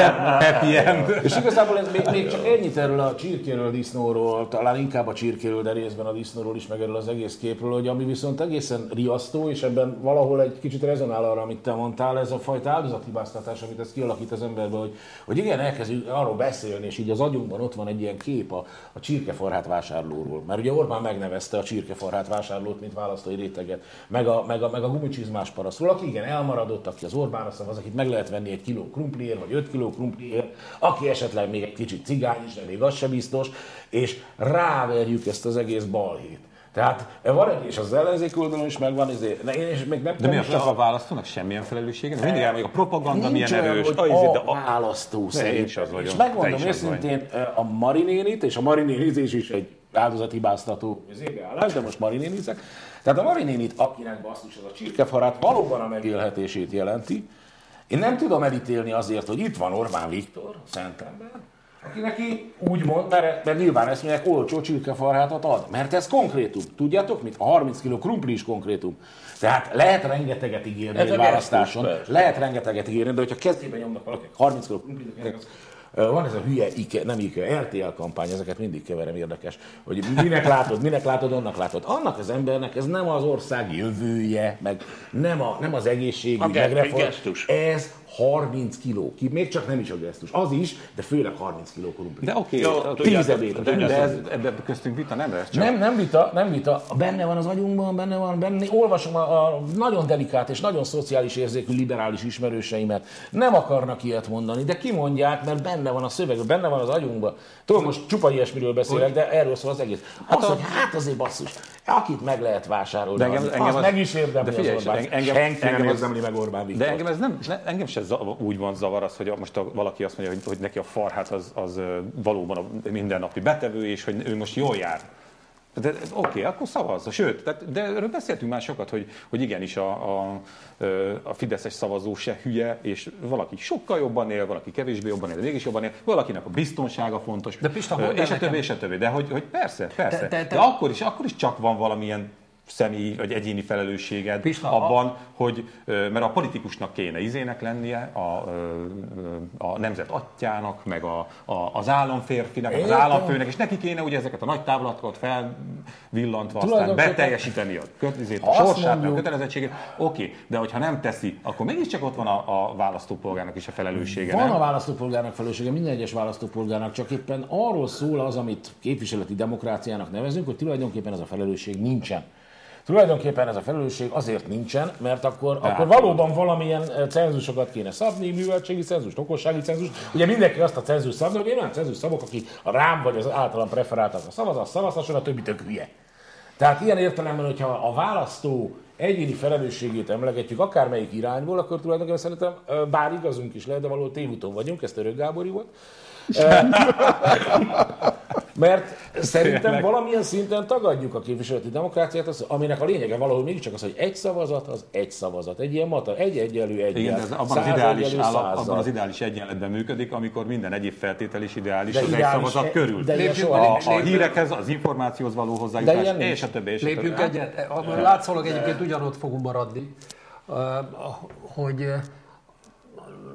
jártam. És igazából ez még, még csak ennyit erről a csirkéről, disznóról, talán inkább a csirkéről, de részben a disznóról is, meg erről az egész képről, hogy ami viszont egészen riasztó, és ebben valahol egy kicsit rezonál arra, amit te mondtál, ez a fajta áldozathibáztatás, amit ez kialakít az emberben, hogy, hogy igen, elkezdjük arról beszélni, és így az agyunkban ott van egy ilyen kép a, a csirkefarhát vásárlóról. Mert ugye Orbán megnevezte a csirkefarhát vásárlót, mint választói réteget, meg a, meg a, meg a gumicsizmás parasztról, aki igen elmaradott, aki az Orbánra szavaz, akit meg lehet venni egy kiló krumpliért, vagy öt kiló krumpliért, aki esetleg még egy kicsit cigány is, de még az sem biztos, és ráverjük ezt az egész balhét. Tehát van egy, és az ellenzék oldalon is megvan, ezért, én is még nem de mi a, a választónak semmilyen felelőssége? De mindig elmondjuk, a propaganda milyen erős. Hogy a, a választó szerint. És megmondom őszintén, a Marinénit, és a Marinénizés is egy áldozathibáztató állás, de most Marinénizek. Tehát a Marinénit, akinek basszus az a csirkefarát valóban a megélhetését jelenti, én nem tudom elítélni azért, hogy itt van Orbán Viktor, Szentember, aki neki úgy mond, mert, mert nyilván ezt mondják, olcsó csirkefarhátat ad. Mert ez konkrétum. Tudjátok mit? A harminc kiló krumpli is konkrétum. Tehát lehet rengeteget ígérni egy választáson, lehet rengeteget ígérni, de hogyha kezében nyomnak valaki harminc kiló krumplit, van ez a hülye, Ike, nem Ike, er té el kampány, ezeket mindig keverem, érdekes, hogy minek látod, minek látod, annak látod. Annak az embernek ez nem az ország jövője, meg nem, a, nem az egészségügy, meg reform. Ez harminc kiló. Ki, még csak nem is a gesztus. Az is, de főleg harminc kiló krumpli. De oké, okay, tízebét. De ez, ebben köztünk vita nem lesz csak. Nem, nem vita, nem vita. Benne van az agyunkban, benne van, benne. Olvasom a, a nagyon delikát és nagyon szociális érzékű liberális ismerőseimet. Nem akarnak ilyet mondani, de kimondják, mert benne van a szöveg, benne van az agyunkban. Tudom, most csupa ilyesmiről beszélek, de erről szól az egész. Az, hogy hát azért basszus, akit meg lehet vásárolni, de engem, az, engem az, az meg is érdemli az Orbán. Engem, Senki engem nem érdemli meg Orbán Viktor. De engem ez nem, ne, engem sem úgy van zavar az, hogy most a, valaki azt mondja, hogy, hogy neki a farhát az, az valóban a mindennapi betevő, és hogy ő most jól jár. De oké, okay, akkor szavazza. Sőt, tehát, de erről beszéltünk már sokat, hogy, hogy igenis a, a, a fideszes szavazó se hülye, és valaki sokkal jobban él, valaki kevésbé jobban él, de mégis jobban él, valakinek a biztonsága fontos, de Pista, és a többi, és a többi. De hogy, hogy persze, persze. De, de, de, de akkor, is, akkor is csak van valamilyen személyi vagy egyéni felelősséged Pista, abban, a... hogy, mert a politikusnak kéne izének lennie, a, a nemzet atyának, meg a, a, az államférfinek, az államfőnek, és neki kéne ugye ezeket a nagy távlatokat felvillantva, aztán beteljesíteni a, a sorsát, a kötelezettségét. Oké, okay, de hogyha nem teszi, akkor mégiscsak ott van a, a választópolgárnak is a felelőssége. Van nem? a választópolgárnak felelőssége, minden egyes választópolgárnak, csak éppen arról szól az, amit képviseleti demokráciának nevezünk, hogy tulajdonképpen ez a felelősség nincsen. Tulajdonképpen ez a felelősség azért nincsen, mert akkor, akkor valóban valamilyen cenzusokat kéne szabni, műveltségi cenzust, okossági cenzust. Ugye mindenki azt a cenzust szabni, hogy én olyan cenzus szabok, aki a rám vagy az általam preferáltak a szavazás, szavazhasson, a többi tök hülye. Tehát ilyen értelemben, hogyha a választó egyéni felelősségét emlegetjük akármelyik irányból, akkor tulajdonképpen szerintem bár igazunk is lehet, de valahol tévúton vagyunk, ez Török Gábori volt. Mert szerintem valamilyen szinten tagadjuk a képviseleti demokráciát, az, aminek a lényege valahol mégiscsak az, hogy egy szavazat, az egy szavazat. Egy ilyen mata, egy egyenlő egy. Igen, ez abban az, ideális állap, abban az ideális egyenletben működik, amikor minden egyéb feltétel is ideális de az ideális, egy szavazat e, körül. De lépjünk, a, a hírekhez, az információhoz való hozzájutás, és a többi, és lépjünk a többi. Egyet. Látszólag egyébként ugyanott fogunk maradni, hogy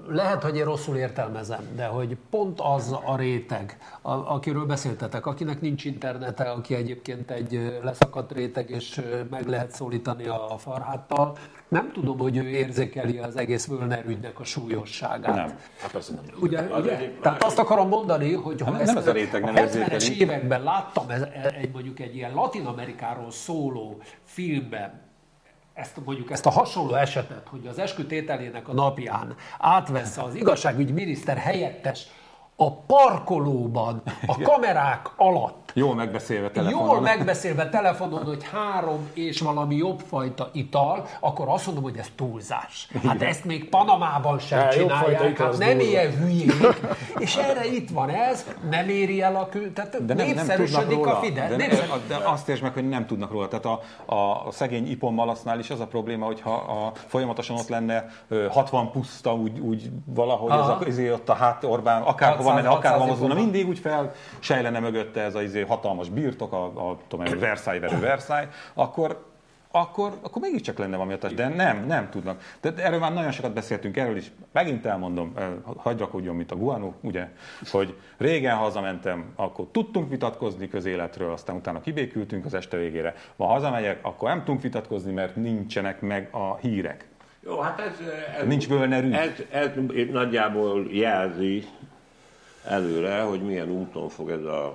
lehet, hogy én rosszul értelmezem, de hogy pont az a réteg, a, akiről beszéltetek, akinek nincs internete, aki egyébként egy leszakadt réteg, és meg lehet szólítani a Farhadtal, nem tudom, hogy ő érzékeli az egész Völner ügynek a súlyosságát. Nem. Hát azt nem. Ugye, ugye? Tehát azt akarom mondani, hogy ha nem ezt ez a réteg nem a hetvenes érzékeli. években láttam ez, egy, mondjuk egy ilyen Latin-Amerikáról szóló filmben, ezt, mondjuk ezt a hasonló esetet, hogy az eskütételének a napján átvesz az igazságügyi miniszter helyettes a parkolóban, a kamerák alatt, Jól megbeszélve telefonon. jól megbeszélve telefonon, hogy három és valami jobbfajta ital, akkor azt mondom, hogy ez túlzás. Hát ezt még Panamában sem Hát, jobbfajta csinálják, ital hát az nem durva. ilyen hülyék. És erre itt van ez, nem éri el a kül, tehát De nem, nem tudnak népszerűsödik róla. a Fidesz. De, Népszer... de azt értsd meg, hogy nem tudnak róla. Tehát a, a, a szegény Ipon Malasznál is az a probléma, hogyha a, folyamatosan ott lenne ö, hatvan puszta, úgy, úgy valahogy ez a, izé, ott a hát Orbán, akárhova menne, akárhova mozdulna, mindig úgy fel sejlene mögötte ez a izé, hatalmas birtok, a, a tudom, a Versailles verő Versailles, akkor akkor, akkor mégiscsak lenne valami hatás, de nem, nem tudnak. De erről már nagyon sokat beszéltünk, erről is megint elmondom, hagyj rakodjon, mint a guanó, ugye, hogy régen hazamentem, akkor tudtunk vitatkozni közéletről, aztán utána kibékültünk az este végére. Ma hazamegyek, akkor nem tudunk vitatkozni, mert nincsenek meg a hírek. Jó, hát ez, ez, Nincs Völner ügy. ez, ez nagyjából jelzi előre, hogy milyen úton fog ez a,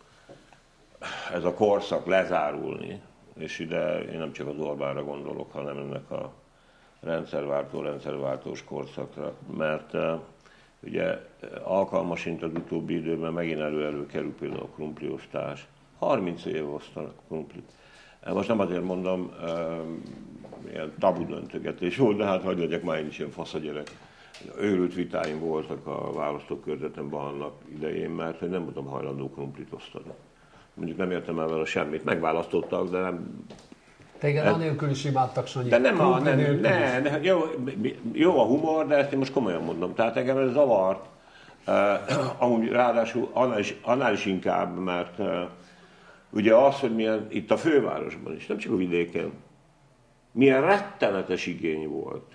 ez a korszak lezárulni. És ide én nem csak az Orbánra gondolok, hanem ennek a rendszerváltó, rendszerváltós korszakra. Mert uh, ugye alkalmasint az utóbbi időben megint elő-elő kerül például a krumpliosztás. harminc év osztanak krumplit. Most nem azért mondom, uh, ilyen tabu döntögetés volt, de hát hagyj legyek már én is ilyen faszagyerek. Őrült vitáim voltak a választókörzetemben annak idején, mert hogy nem voltam hajlandó krumplit osztani. Mondjuk nem értem el vele semmit, megválasztottak, de nem... Téged ez... anélkül is imádtak, Sanyi. De nem, a, nem, nélkül ne, ne, jó, jó a humor, de ezt én most komolyan mondom. Tehát engem ez zavart, uh, amúgy ráadásul annál is, annál is inkább, mert uh, ugye az, hogy milyen itt a fővárosban is, nem csak a vidéken, milyen rettenetes igény volt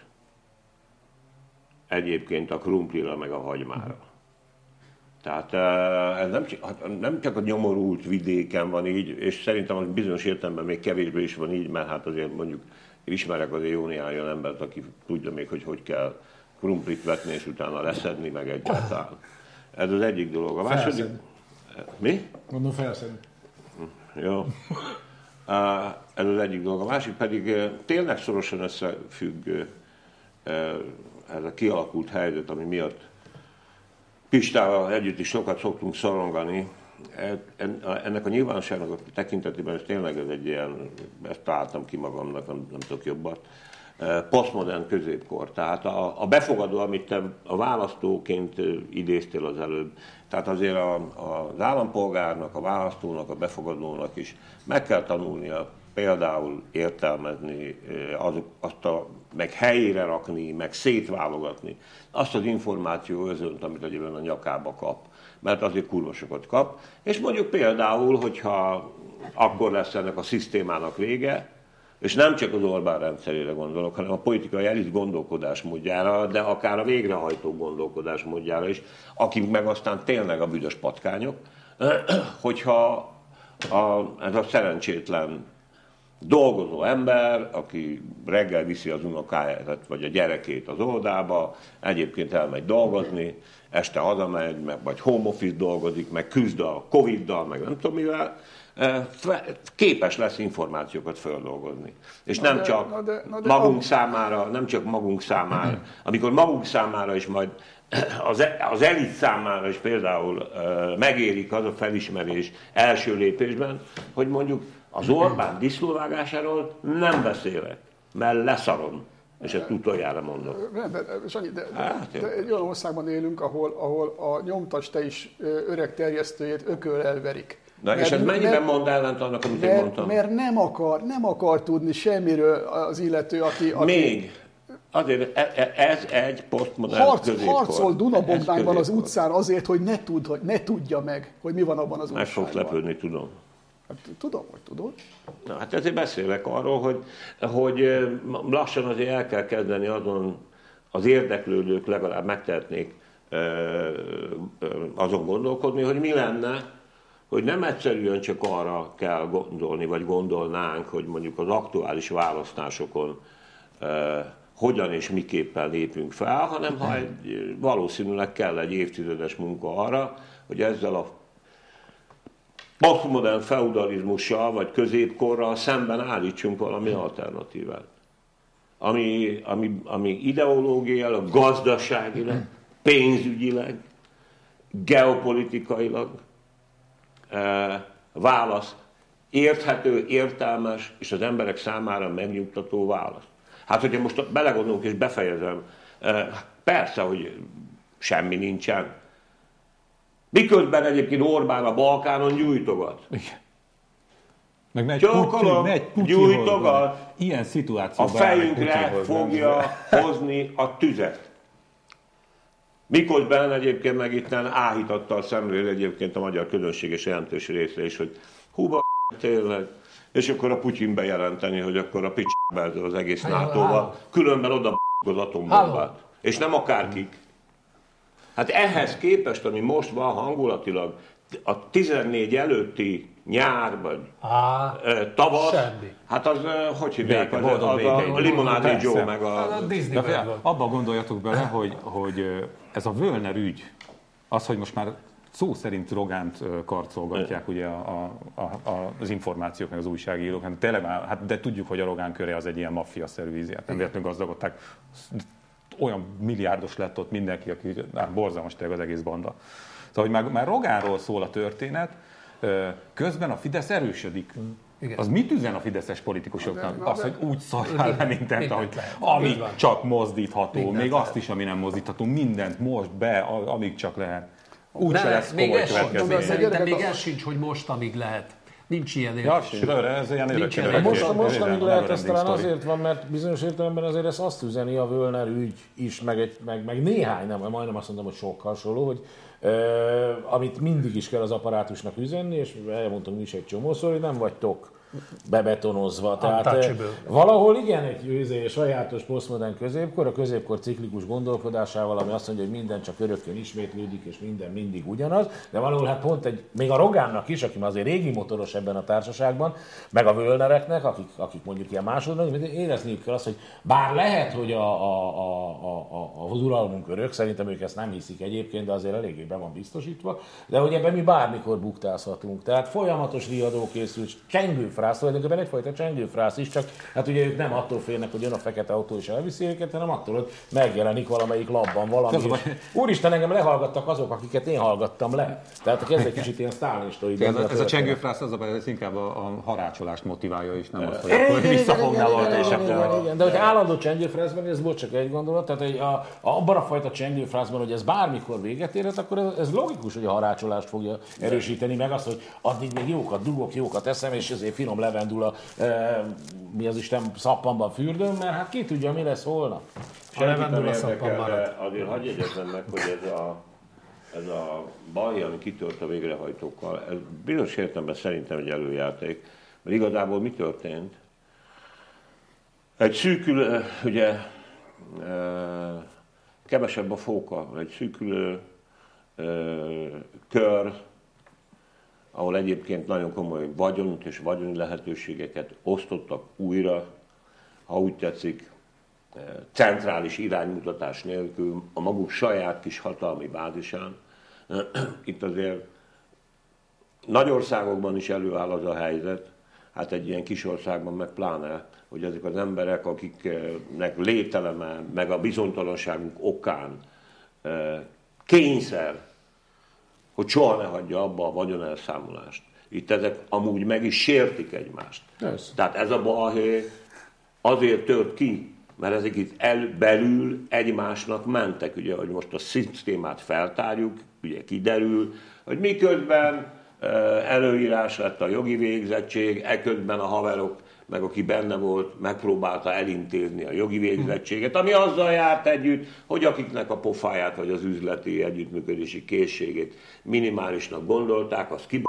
egyébként a krumplira meg a hagymára. Tehát ez nem csak, nem csak a nyomorult vidéken van így, és szerintem az bizonyos értelemben még kevésbé is van így, mert hát azért mondjuk ismerek azért jó néhány olyan embert, aki tudja még, hogy hogy kell krumplit vetni, és utána leszedni meg egyáltalán. Ez az egyik dolog. A második... Felszedni. Mi? Mondom, felszedni. Jó. Ez az egyik dolog. A másik pedig tényleg szorosan összefügg ez a kialakult helyzet, ami miatt Pistával együtt is sokat szoktunk szorongani. Ennek a nyilvánosságnak a tekintetében ez tényleg ez egy ilyen, ezt találtam ki magamnak, nem, nem tudok jobbat, posztmodern középkor. Tehát a, a befogadó, amit te a választóként idéztél az előbb, tehát azért a, a, az állampolgárnak, a választónak, a befogadónak is meg kell tanulnia például értelmezni, az, azt a, meg helyére rakni, meg szétválogatni azt az információ özönt, amit egyébként a nyakába kap. Mert azért kurva sokat kap. És mondjuk például, hogyha akkor lesz ennek a szisztémának vége, és nem csak az Orbán rendszerére gondolok, hanem a politikai elit gondolkodásmódjára, de akár a végrehajtó gondolkodásmódjára is, akik meg aztán tényleg a büdös patkányok, hogyha a, ez a szerencsétlen dolgozó ember, aki reggel viszi az unokáját vagy a gyerekét az óvodába, egyébként elmegy dolgozni, este hazamegy, meg vagy home office dolgozik, meg küzd a Coviddal, meg nem tudom mivel, képes lesz információkat földolgozni. És na nem de, csak na de, na de magunk a... számára, nem csak magunk számára, amikor magunk számára is majd az, az elit számára is például uh, megérik az a felismerés első lépésben, hogy mondjuk az Orbán disznóvágásáról nem beszélek, mert leszarom. És ezt utoljára mondom. Rendben, Sanyi, de, de, hát, de egy olyan országban élünk, ahol, ahol a nyomtass te is öreg terjesztőjét ököl elverik. Na, és ez mennyiben mond ellent annak, amit mert, én mondtam? Mert nem akar, nem akar tudni semmiről az illető, aki... aki Még. Azért ez egy posztmodern harc, középkor. Harcol Dunabogdányban az utcán azért, hogy ne, tud, hogy ne tudja meg, hogy mi van abban az meg országban. fogsz lepődni, tudom. Hát, tudom, hogy tudod. Na, hát ezért beszélek arról, hogy, hogy lassan azért el kell kezdeni azon az érdeklődők legalább megtehetnék azon gondolkodni, hogy mi lenne, hogy nem egyszerűen csak arra kell gondolni, vagy gondolnánk, hogy mondjuk az aktuális választásokon hogyan és miképpen lépünk fel, hanem ha egy, valószínűleg kell egy évtizedes munka arra, hogy ezzel a posztmodern feudalizmussal vagy középkorral szemben állítsunk valami alternatívát. Ami, ami, ami ideológiailag, gazdaságilag, pénzügyileg, geopolitikailag e, válasz, érthető, értelmes és az emberek számára megnyugtató válasz. Hát, hogyha most belegondolunk és befejezem, e, persze, hogy semmi nincsen. Miközben egyébként Orbán a Balkánon gyújtogat. Igen. Meg megy Csókolom, megy gyújtogat, ilyen szituációban a fejünkre fogja hozni a tüzet. Miközben egyébként meg itten áhítattal szemlél egyébként a magyar közönség és jelentős része is, hogy hú, b***, tényleg. És akkor a Putyin bejelenteni, hogy akkor a p***be az egész nátóval, különben oda b***, az atombombát. És nem akárkik. Hát ehhez képest, ami most van hangulatilag, a tizennégy előtti nyár, vagy Á, tavasz, semmi. hát az, hogy hívják, Béke, az, boldog az béke. a Limonádi Persze. Joe, meg a... a Disney De figyelj, World. abba gondoljatok bele, hogy, hogy ez a Völner ügy, az, hogy most már szó szerint Rogánt karcolgatják ugye a, a, a, az információk, meg az újságírók, hát tényleg már, hát de tudjuk, hogy a Rogán köre az egy ilyen maffia-szerű íz, hát nem véletlenül gazdagodták. Olyan milliárdos lett ott mindenki, aki hát borzalmas tényleg az egész banda. Szóval, hogy már, már Rogánról szól a történet, közben a Fidesz erősödik. Igen. Az mit üzen a fideszes politikusoknak? Az, hogy úgy szarál le mindent, ahogy, amíg csak mozdítható, mindent még lehet. Azt is, ami nem mozdítható, mindent most be, amíg csak lehet. Úgy se lesz komoly következménye. Szerintem még ez sincs, hogy most, amíg lehet. Nincs ilyen értelme. Ja, ez ilyen örökké. Most, most amíg lehet, ez talán azért van, mert bizonyos értelemben azért ez azt üzeni a Völner ügy is, meg, egy, meg, meg néhány, nem, majdnem azt mondom, hogy sok hasonló, hogy Uh, amit mindig is kell az apparátusnak üzenni, és elmondtam is egy csomószor, hogy nem vagytok bebetonozva. Tehát valahol igen, egy sajátos posztmodern középkor, a középkor ciklikus gondolkodásával, ami azt mondja, hogy minden csak örökkön ismétlődik, és minden mindig ugyanaz, de valahol hát pont egy, még a Rogánnak is, aki már azért régi motoros ebben a társaságban, meg a Völnereknek, akik, akik mondjuk ilyen másodnak, érezniük kell azt, hogy bár lehet, hogy a, a, a, a, az uralmunk örök, szerintem ők ezt nem hiszik egyébként, de azért eléggé be van biztosítva, de hogy ebben mi bármikor buktázhatunk. Tehát folyamatos riadó készül, csengőfrász, tulajdonképpen egyfajta csengőfrász is, csak hát ugye ők nem attól félnek, hogy jön a fekete autó és elviszi őket, hanem attól, hogy megjelenik valamelyik labban valami. És, úristen, engem lehallgattak azok, akiket én hallgattam le. Tehát ez egy kicsit ilyen sztálinista. Ez, ez a csengőfrász az, ez inkább a, a harácsolást motiválja, és nem az, hogy akkor visszafognál valami, és akkor... Igen, de hogy állandó csengőfrászban, ez volt csak egy gondolat, tehát egy, a, a, abban a fajta csengőfrászban, hogy ez bármikor véget érhet, akkor ez, ez logikus, hogy a harácsolást fogja erősíteni, meg azt, hogy addig még jókat dugok, jókat eszem, és ezért finom levendula, e, mi az Isten szappanban fürdöm, mert hát ki tudja, mi lesz holnap. A levendula szappan marad. Azért hagyj jegyezzem meg, hogy ez a, ez a baj, ami kitört a végrehajtókkal, ez bizonyos értelemben szerintem egy előjáték, mert igazából mi történt? Egy szűkülő, ugye, kevesebb a fóka, egy szűkülő kör, ahol egyébként nagyon komoly vagyont és vagyoni lehetőségeket osztottak újra, ha úgy tetszik, centrális iránymutatás nélkül, a maguk saját kis hatalmi bázisán. Itt azért nagy országokban is előáll az a helyzet, hát egy ilyen kis országban meg pláne, hogy ezek az emberek, akiknek lételeme, meg a bizonytalanságunk okán kényszer, hogy soha ne hagyja abba a vagyonelszámolást. Itt ezek amúgy meg is sértik egymást. Yes. Tehát ez a balhé azért tört ki, mert ezek itt el, belül egymásnak mentek. Ugye, hogy most a szisztémát feltárjuk, ugye kiderül, hogy miközben előírás lett a jogi végzettség, eközben a haverok, meg aki benne volt, megpróbálta elintézni a jogi végzettséget, ami azzal járt együtt, hogy akiknek a pofáját vagy az üzleti együttműködési készségét minimálisnak gondolták, azt kib***,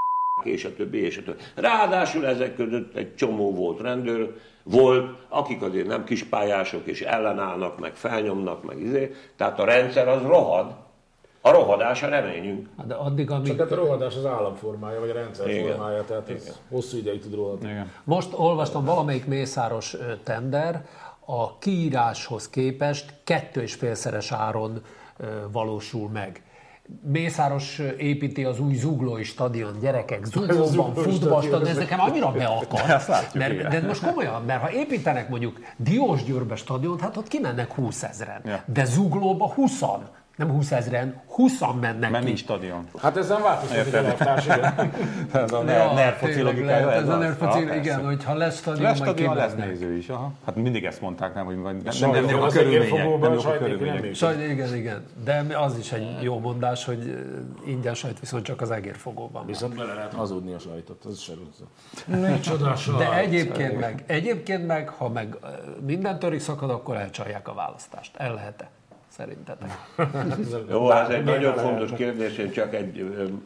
és a többi, és a többi. Ráadásul ezek között egy csomó volt rendőr, volt, akik azért nem kispályások, és ellenállnak, meg felnyomnak, meg izé. Tehát a rendszer az rohad. A rohadás a reményünk. De addig, amíg... Csak hát a rohadás az államformája, vagy a rendszer Igen. formája, tehát ez Igen. hosszú ideig tud rohadni. Igen. Most olvastam valamelyik Mészáros ö, tender, a kiíráshoz képest kettő és félszeres áron ö, valósul meg. Mészáros építi az új zuglói stadion, gyerekek, zuglóban, futballstadion, ez nekem annyira beakad. Mert, de most komolyan, mert ha építenek mondjuk Diósgyőrbe stadiont, hát ott kimennek húszezren. Ja. De zuglóba huszan, nem húszezren, huszan mennek Mert ki. nincs stadion. Hát ezen változtatik a elvtárs, igen. Ez a Ja, NER foci tényleg logikája. lehet, ez a az? NER foci, Ja, persze. igen, hogyha lesz stadion, Lesz majd stadion, lesz kimennek. néző is. Aha. Hát mindig ezt mondták, nem, hogy nem, nem, Sajnos, nem, nem a az körülmények. egérfogóban Nem jók a sajt nélkül körülmények. nem Sajt, igen, igen. De az is egy jó mondás, hogy ingyen sajt viszont csak az egérfogóban. Viszont bele lehet hazudni a sajtot, az se rossz. Micsoda sajt. De egyébként meg, egyébként meg, ha meg minden törik szakad, akkor elcsalják a választást. El lehet-e? Szerintetek? Jó, ez egy nagyon fontos kérdés, én csak egy ö, ö,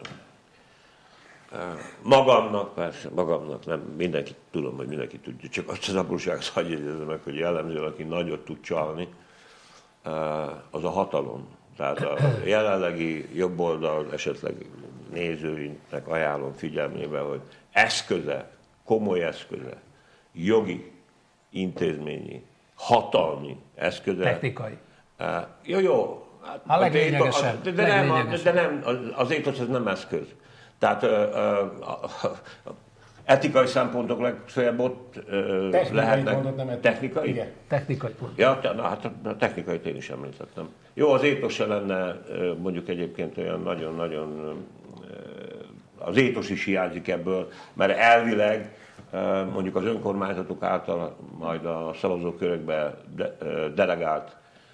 ö, magamnak, persze, magamnak, nem mindenki, tudom, hogy mindenki tudja, csak azt az apróságot hagyj jegyezzem meg, hogy jellemző, aki nagyot tud csalni, ö, az a hatalom. Tehát a jelenlegi jobboldal esetleg nézőinknek ajánlom figyelmébe, hogy eszköze, komoly eszköze, jogi, intézményi, hatalmi eszköze. Technikai. Uh, jó, jó. Hát, A leglényegesebb. De, de, nem, leglényegesebb. de nem, az étosz ez nem eszköz. Tehát uh, uh, uh, etikai szempontok legfeljebb ott uh, lehetnek. Mondod, nem etikai. Technikai? Igen. Technikai pont. Ja, te, na, hát a technikait én is említettem. Jó, az étosz se lenne uh, mondjuk egyébként olyan nagyon-nagyon... Uh, az étosz is hiányzik ebből, mert elvileg uh, mondjuk az önkormányzatok által majd a szavazókörökbe de, uh, delegált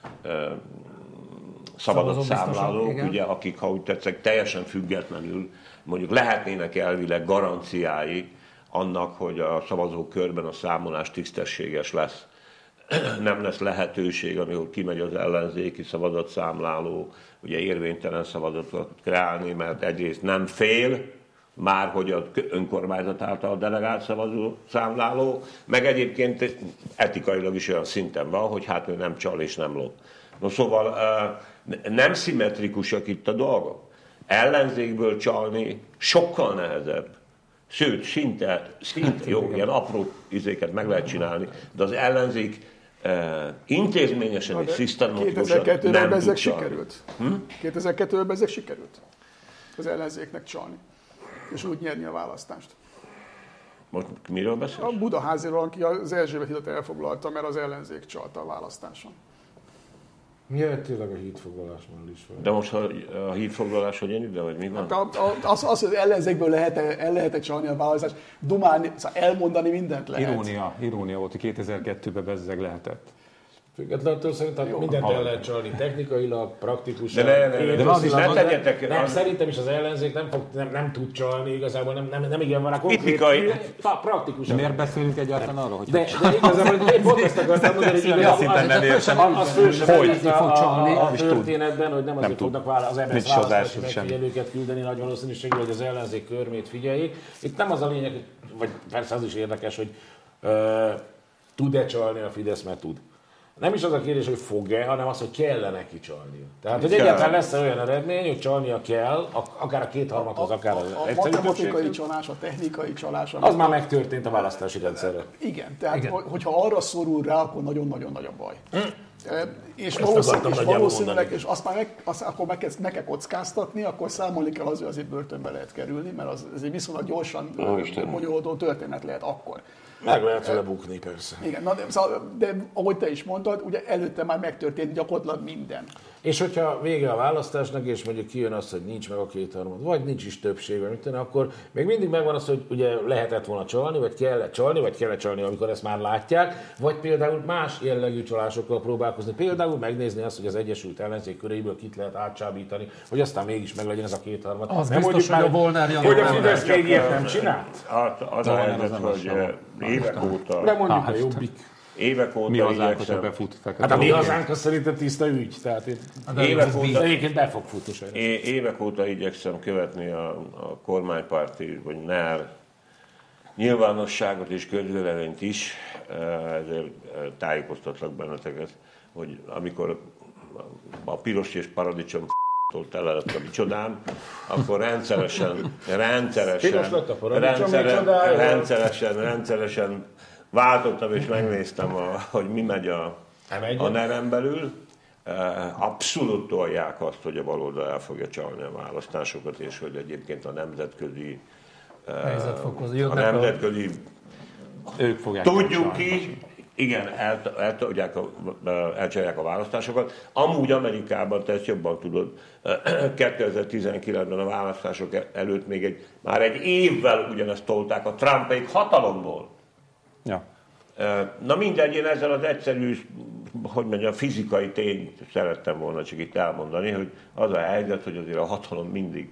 szabadott számlálók, ugye, akik, ha úgy tetszik, teljesen függetlenül mondjuk lehetnének elvileg garanciái annak, hogy a szavazókörben a számolás tisztességes lesz. Nem lesz lehetőség, amikor kimegy az ellenzéki szavazatszámláló, ugye érvénytelen szavazatot kreálni, mert egyrészt nem fél, már hogy az önkormányzat által delegált szavazó számláló, meg egyébként etikailag is olyan szinten van, hogy hát ő nem csal és nem lop. No, szóval nem szimmetrikusak itt a dolgok. Ellenzékből csalni sokkal nehezebb. Sőt, szinte, szinte jó, ilyen apró izéket meg lehet csinálni, de az ellenzék intézményesen és szisztematikusan nem tud csalni. sikerült. Hm? kétezer-kettőben ezek sikerült. Az ellenzéknek csalni. És úgy nyerni a választást. Most miről beszélsz? A Budaháziról, aki az Erzsébet hidat elfoglalta, mert az ellenzék csalta a választáson. Ja, tényleg a hídfoglalásban is van. De most a, a hídfoglalás hogy jön ide, vagy mi van? Hát a, a, az, az, hogy az ellenzékből lehet el lehet csalni a választást, dumálni, szóval elmondani mindent lehet. Irónia, irónia volt, hogy kétezer-kettőben bezzeg lehetett. Függetlenül szerintem Jó, mindent el hallom. lehet csalni, technikailag, praktikusan. De ne, ne, ne, Én de azt az- hiszem, ne az- tegyetek- Nem, az- szerintem is az ellenzék nem, fog, nem, nem tud csalni, igazából nem, nem, nem igen van a konkrét. Etikai. Fa- Praktikusan. Miért beszélünk egyáltalán arról, hogy De, de igazából én pont ezt akartam mondani, hogy igazából szinten nem értem. az, az fő sem Hogy érti fog a, csalni, a, a és tud. történetben, hogy nem azért tud. fognak vála, az em es Nincs az választási első sem. megfigyelőket küldeni nagy valószínűséggel, hogy az ellenzék körmét figyeljék. Itt nem az a lényeg, hogy- vagy persze az is érdekes, hogy ö, tud-e csalni a Fidesz, mert tud. Nem is az a kérdés, hogy fog-e, hanem az, hogy kellene kicsalni. Tehát, hogy Kell. egyáltalán lesz olyan eredmény, hogy csalnia kell, ak- akár a kétharmadhoz, akár az A egyszerű matematikai többséghez. csalás, a technikai csalás. Az már megtörtént a választási rendszerre. Igen, tehát Igen. Igen. hogyha arra szorul rá, akkor nagyon-nagyon nagy a baj. E, És, akartam valószínűleg, és nagyjából valószínűleg, mondani. és azt már meg, azt, akkor meg kell, meg kell kockáztatni, akkor számolni kell az, hogy azért börtönbe lehet kerülni, mert az, ez egy viszonylag gyorsan bonyolódó történet lehet akkor. Meg lehet vele bukni, persze. Igen, na de, szóval, de ahogy te is mondtad, ugye előtte már megtörtént gyakorlatilag minden. És hogyha vége a választásnak, és mondjuk kijön az, hogy nincs meg a kétharmad, vagy nincs is többség, vagy mit tenni, akkor még mindig megvan az, hogy ugye lehetett volna csalni, vagy kellett csalni, vagy kellett csalni, amikor ezt már látják, vagy például más jellegű csalásokkal próbálkozni. Például megnézni azt, hogy az Egyesült Ellenzék köréből kit lehet átcsábítani, hogy aztán mégis meglegyen ez a kétharmad. Az Nem biztos, mondjuk hogy a Volner Jani hogy a nem Fidesz lesz. még ilyet nem csinált? Hát az a nem, az helyzet, nem hogy az évek óta... De mondjuk Hát, a Jobbik. évek óta Mi hazánk, hogyha igyekszem, befut fekete. Hát a mi hazánk az szerintem tiszta ügy, tehát itt évek óta, egyébként be fog futni sajnos. é- évek óta igyekszem követni a, a kormánypárti, vagy NER nyilvánosságot és közvéleményt is, ezért tájékoztatlak benneteket, hogy amikor a piros és paradicsom tele lett a mi csodám, akkor rendszeresen, rendszeresen, rendszeresen, rendszeresen, rendszeresen váltottam és megnéztem, a, hogy mi megy a, a neren belül. Abszolút tolják azt, hogy a baloldal el fogja csalni a választásokat, és hogy egyébként a nemzetközi a nemzetközi Ők fogják tudjuk ki, igen, el, el, el, elcsalják a választásokat. Amúgy Amerikában, te ezt jobban tudod, kétezer-tizenkilencben a választások előtt még egy, már egy évvel ugyanezt tolták a Trumpék hatalomból. Ja. Na mindegy, én ezzel az egyszerű, hogy mondjam, fizikai tényt szerettem volna csak itt elmondani, hogy az a helyzet, hogy azért a hatalom mindig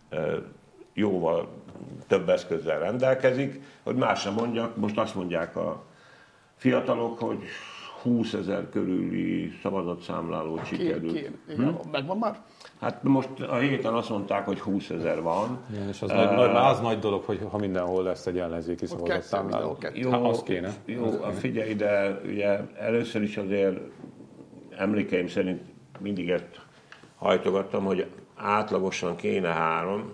jóval több eszközzel rendelkezik, hogy más sem mondjak, most azt mondják a fiatalok, hogy húszezer körüli szavazatszámlálót sikerült. Igen, hm? Megvan már? Hát most a héten azt mondták, hogy húszezer van. Igen, és az, uh, nagy, nagy, az nagy dolog, hogy ha mindenhol lesz egy ellenzéki szavazatszámláló. Jó, az kéne. Jó, figyelj ide, ugye először is azért emlékeim szerint mindig ezt hajtogattam, hogy átlagosan kéne három.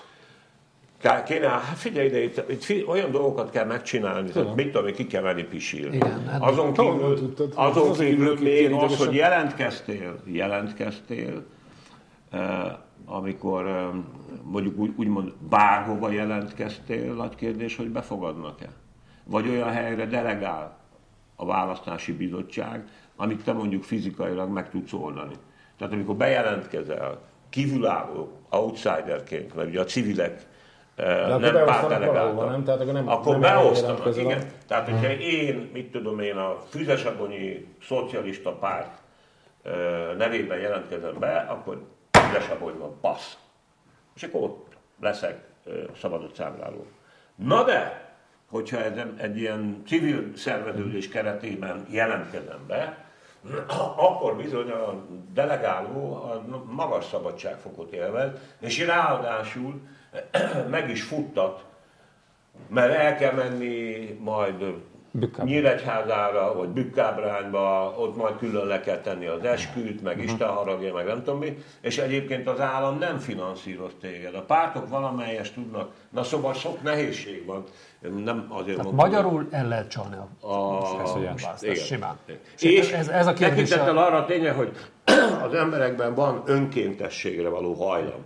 Kéne, hát figyelj ide, itt, itt olyan dolgokat kell megcsinálni, hogy mit tudom, ki kell menni pisilni. Hát azon kívül, azon kívül még az, hogy jelentkeztél, jelentkeztél, eh, amikor eh, mondjuk úgy, úgymond bárhova jelentkeztél, nagy kérdés, hogy befogadnak-e. Vagy olyan helyre delegál a választási bizottság, amit te mondjuk fizikailag meg tudsz oldani. Tehát amikor bejelentkezel, kívülálló, outsiderként, mert ugye a civilek De nem pártdelegáltak. Nem? Tehát akkor nem, akkor nem beosztanak, igen. Tehát, hogyha hmm. én, mit tudom én, a Füzesabonyi Szocialista Párt nevében jelentkezem be, akkor Füzesabonyban passz. És akkor ott leszek szavazatszámláló. Na de, hogyha ez egy ilyen civil szerveződés keretében jelentkezem be, akkor bizony a delegáló a magas szabadságfokot élvez, és ráadásul meg is futtat, mert el kell menni majd Nyíregyházára, vagy Bükkábrányba, ott majd külön le kell tenni az esküt, meg Isten haragja, meg nem tudom mi, és egyébként az állam nem finanszíroz téged. A pártok valamelyest tudnak, na szóval sok nehézség van. Nem azért mondom, magyarul el lehet csalni a, a, a választást simán. És ez, ez a tekintettel arra a tényleg, hogy az emberekben van önkéntességre való hajlam.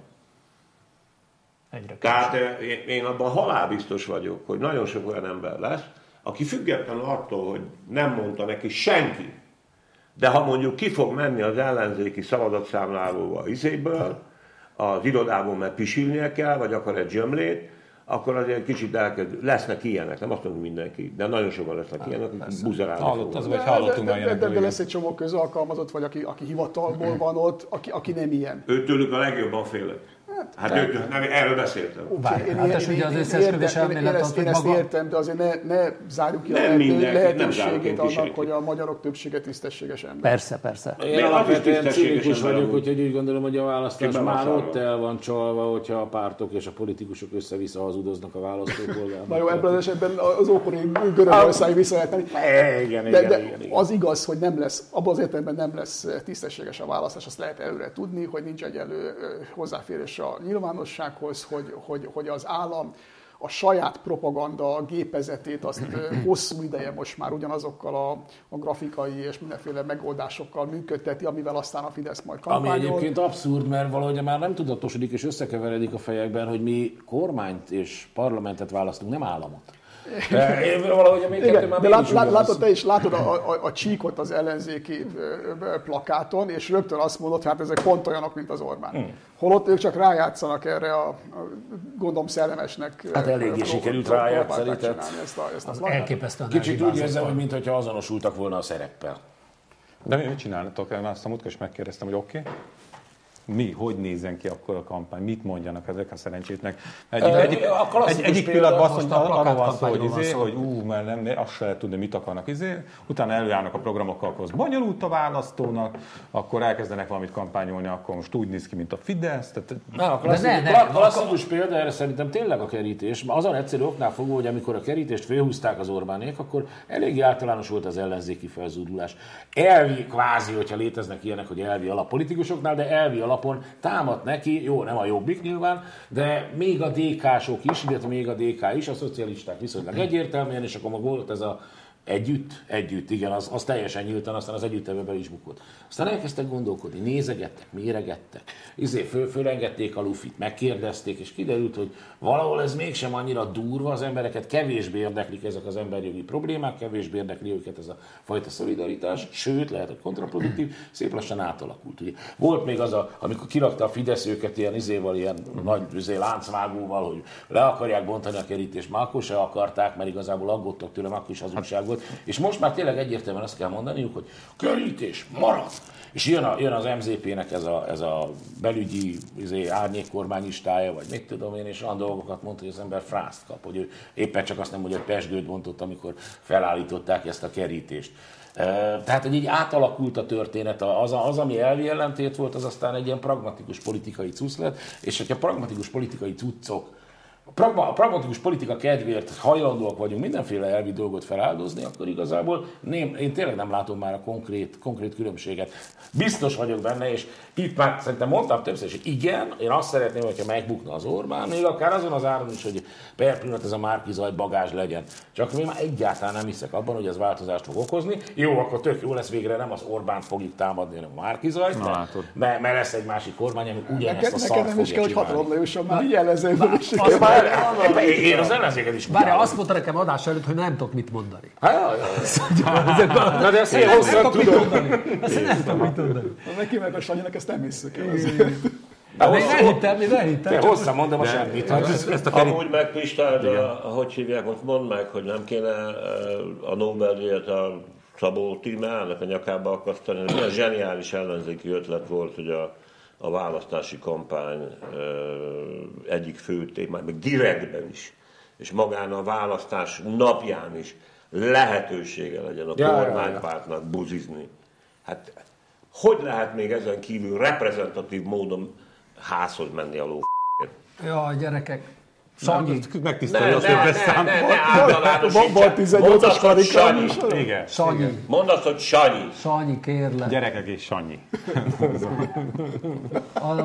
Tehát én, én abban halálbiztos vagyok, hogy nagyon sok olyan ember lesz, aki függetlenül attól, hogy nem mondta neki senki, de ha mondjuk ki fog menni az ellenzéki szavazatszámlálóval izéből, az irodából, mert pisilnie kell, vagy akar egy zsömlét, akkor azért kicsit elkezd, lesznek ilyenek, nem azt mondom mindenki, de nagyon sokan lesznek ilyenek, akik buzerálni Hallott, az vagy hallottunk már ilyenek. De, de, de lesz egy csomó közalkalmazott, vagy aki, aki hivatalból van ott, aki, aki nem ilyen. Őtőlük a legjobban félek. Hát, hát ők, nem, erről beszéltem. Várj, hát ez ugye az összeesküvés elmélet az, hogy maga... Én ezt értem, de azért ne, ne zárjuk ki a lehetőségét annak, hogy a magyarok többsége tisztességes ember. Persze, persze. Én alapvetően cinikus vagyok, úgyhogy úgy gondolom, hogy a választás már ott el van csalva, hogyha a pártok és a politikusok össze-vissza hazudoznak a választópolgárban. Na jó, ebben az esetben az ókori Görögország visszahetni. De az igaz, hogy nem lesz, abban az értelemben nem lesz tisztességes a választás, azt lehet előre tudni, hogy nincs egyenlő hozzáférés a nyilvánossághoz, hogy, hogy, hogy az állam a saját propaganda gépezetét azt hosszú ideje most már ugyanazokkal a, a grafikai és mindenféle megoldásokkal működteti, amivel aztán a Fidesz majd kampányol. Ami egyébként abszurd, mert valahogy már nem tudatosodik és összekeveredik a fejekben, hogy mi kormányt és parlamentet választunk, nem államot. De én valahogy még igen, már de lát, lát, látod, te is látod a, a, a csíkot az ellenzéki plakáton, és rögtön azt mondod, hát ezek pont olyanok, mint az Orbán. Hmm. Holott ők csak rájátszanak erre a, a gondolom szellemesnek. Hát eléggé sikerült rájátszani. Ezt a, ezt a elképesztően. Kicsit úgy érzem, hogy mintha azonosultak volna a szereppel. De mit csinálnatok? Én azt a múltkor is megkérdeztem, hogy oké. Okay. mi, hogy nézzen ki akkor a kampány, mit mondjanak ezek a szerencsétnek. Egy, Ö, egy, a egy, egyik pillanatban azt most mondja, a arról van szó, hogy, plakátkampányról izé, van szó. hogy ú, mert nem, azt se lehet tudni, mit akarnak izé. Utána előállnak a programokkal, akkor az bonyolult a választónak, akkor elkezdenek valamit kampányolni, akkor most úgy néz ki, mint a Fidesz. Tehát... Na, a klasszikus, ne, ne, klasszikus példa erre szerintem tényleg a kerítés. Azon egyszerű oknál fogva, hogy amikor a kerítést fölhúzták az Orbánék, akkor elég általános volt az ellenzéki felzúdulás. Elvi, kvázi, hogyha léteznek ilyenek, hogy elvi alap politikusoknál, de elvi alapon támadt neki, jó, nem a Jobbik nyilván, de még a dé ká-sok is, illetve még a dé ká is, a szocialisták viszonylag egyértelműen, és akkor volt ez a Együtt, együtt, igen, az, az teljesen nyíltan, aztán az együtt ebbe be is bukott. Aztán elkezdtek gondolkodni, nézegettek, méregettek, izé, föl, fölengedték a lufit, megkérdezték, és kiderült, hogy valahol ez mégsem annyira durva, az embereket kevésbé érdeklik ezek az emberjogi problémák, kevésbé érdekli őket ez a fajta szolidaritás, sőt, lehet, hogy kontraproduktív, szép lassan átalakult. Ugye. Volt még az, a, amikor kirakta a Fidesz őket ilyen izéval, ilyen nagy izé, láncvágóval, hogy le akarják bontani a kerítést, már akkor se akarták, mert igazából aggódtak tőlem, akkor is hazugság volt. És most már tényleg egyértelműen azt kell mondaniuk, hogy kerítés marad. És jön, a, jön az em zé pének ez a, ez a belügyi izé, árnyékkormányistája, vagy mit tudom én, és olyan dolgokat mondta, hogy az ember frászt kap, hogy ő éppen csak azt nem mondja, hogy pezsgőt bontott, amikor felállították ezt a kerítést. Tehát, hogy így átalakult a történet, az, az, ami elvi ellentét volt, az aztán egy ilyen pragmatikus politikai cucc lett, és hogyha pragmatikus politikai cuccok, a pragmatikus politika kedvéért hajlandóak vagyunk mindenféle elvi dolgot feláldozni, akkor igazából nem, én tényleg nem látom már a konkrét, konkrét különbséget. Biztos vagyok benne, és itt már szerintem mondtam többször, hogy igen, én azt szeretném, hogyha megbukna az Orbán, még akár azon az áron is, hogy per pillanat ez a Márki-Zay bagázs legyen. Csak én már egyáltalán nem hiszek abban, hogy ez változást fog okozni. Jó, akkor tök jó lesz, végre nem az Orbánt fogjuk támadni, hanem a Márki-Zayt, mert, mert lesz egy másik kormány, ami ugyanezt a szart Nekem nem is kell, hogy hatalomra jusson, már jelezem. Én az ellenzéket is Várja, azt mondta nekem adás előtt, hogy nem tudok mit mondani. Na de ezt én hosszan tudom. Ezt nem tudok mit mondani. Neki meg a Sanyinak ezt nem hiszük el. Még ne hittem, még ne hittem. Hosszan mondom a semmit. Amúgy meg Pistád, hogy hívják, most mondd meg, hogy nem kéne a Nobel-díjat a Szabó Tímeának a nyakába akasztani. Milyen zseniális ellenzéki ötlet volt, hogy a a választási kampány ö, egyik fő témája, meg direktben is, és magán a választás napján is lehetősége legyen a ja, kormánypártnak ja, ja. buzizni. Hát hogy lehet még ezen kívül reprezentatív módon házhoz menni a lófért? Jaj, gyerekek. Sanyi. Megtisztelő azt, hogy beszámol. Ne, ne, ne, általánosítsák. tizennyolcas Mondd azt, hogy Sanyi. Igen. Sanyi. Mondd azt, hogy Sanyi. Sanyi, kérlek. Gyerekek és Sanyi. A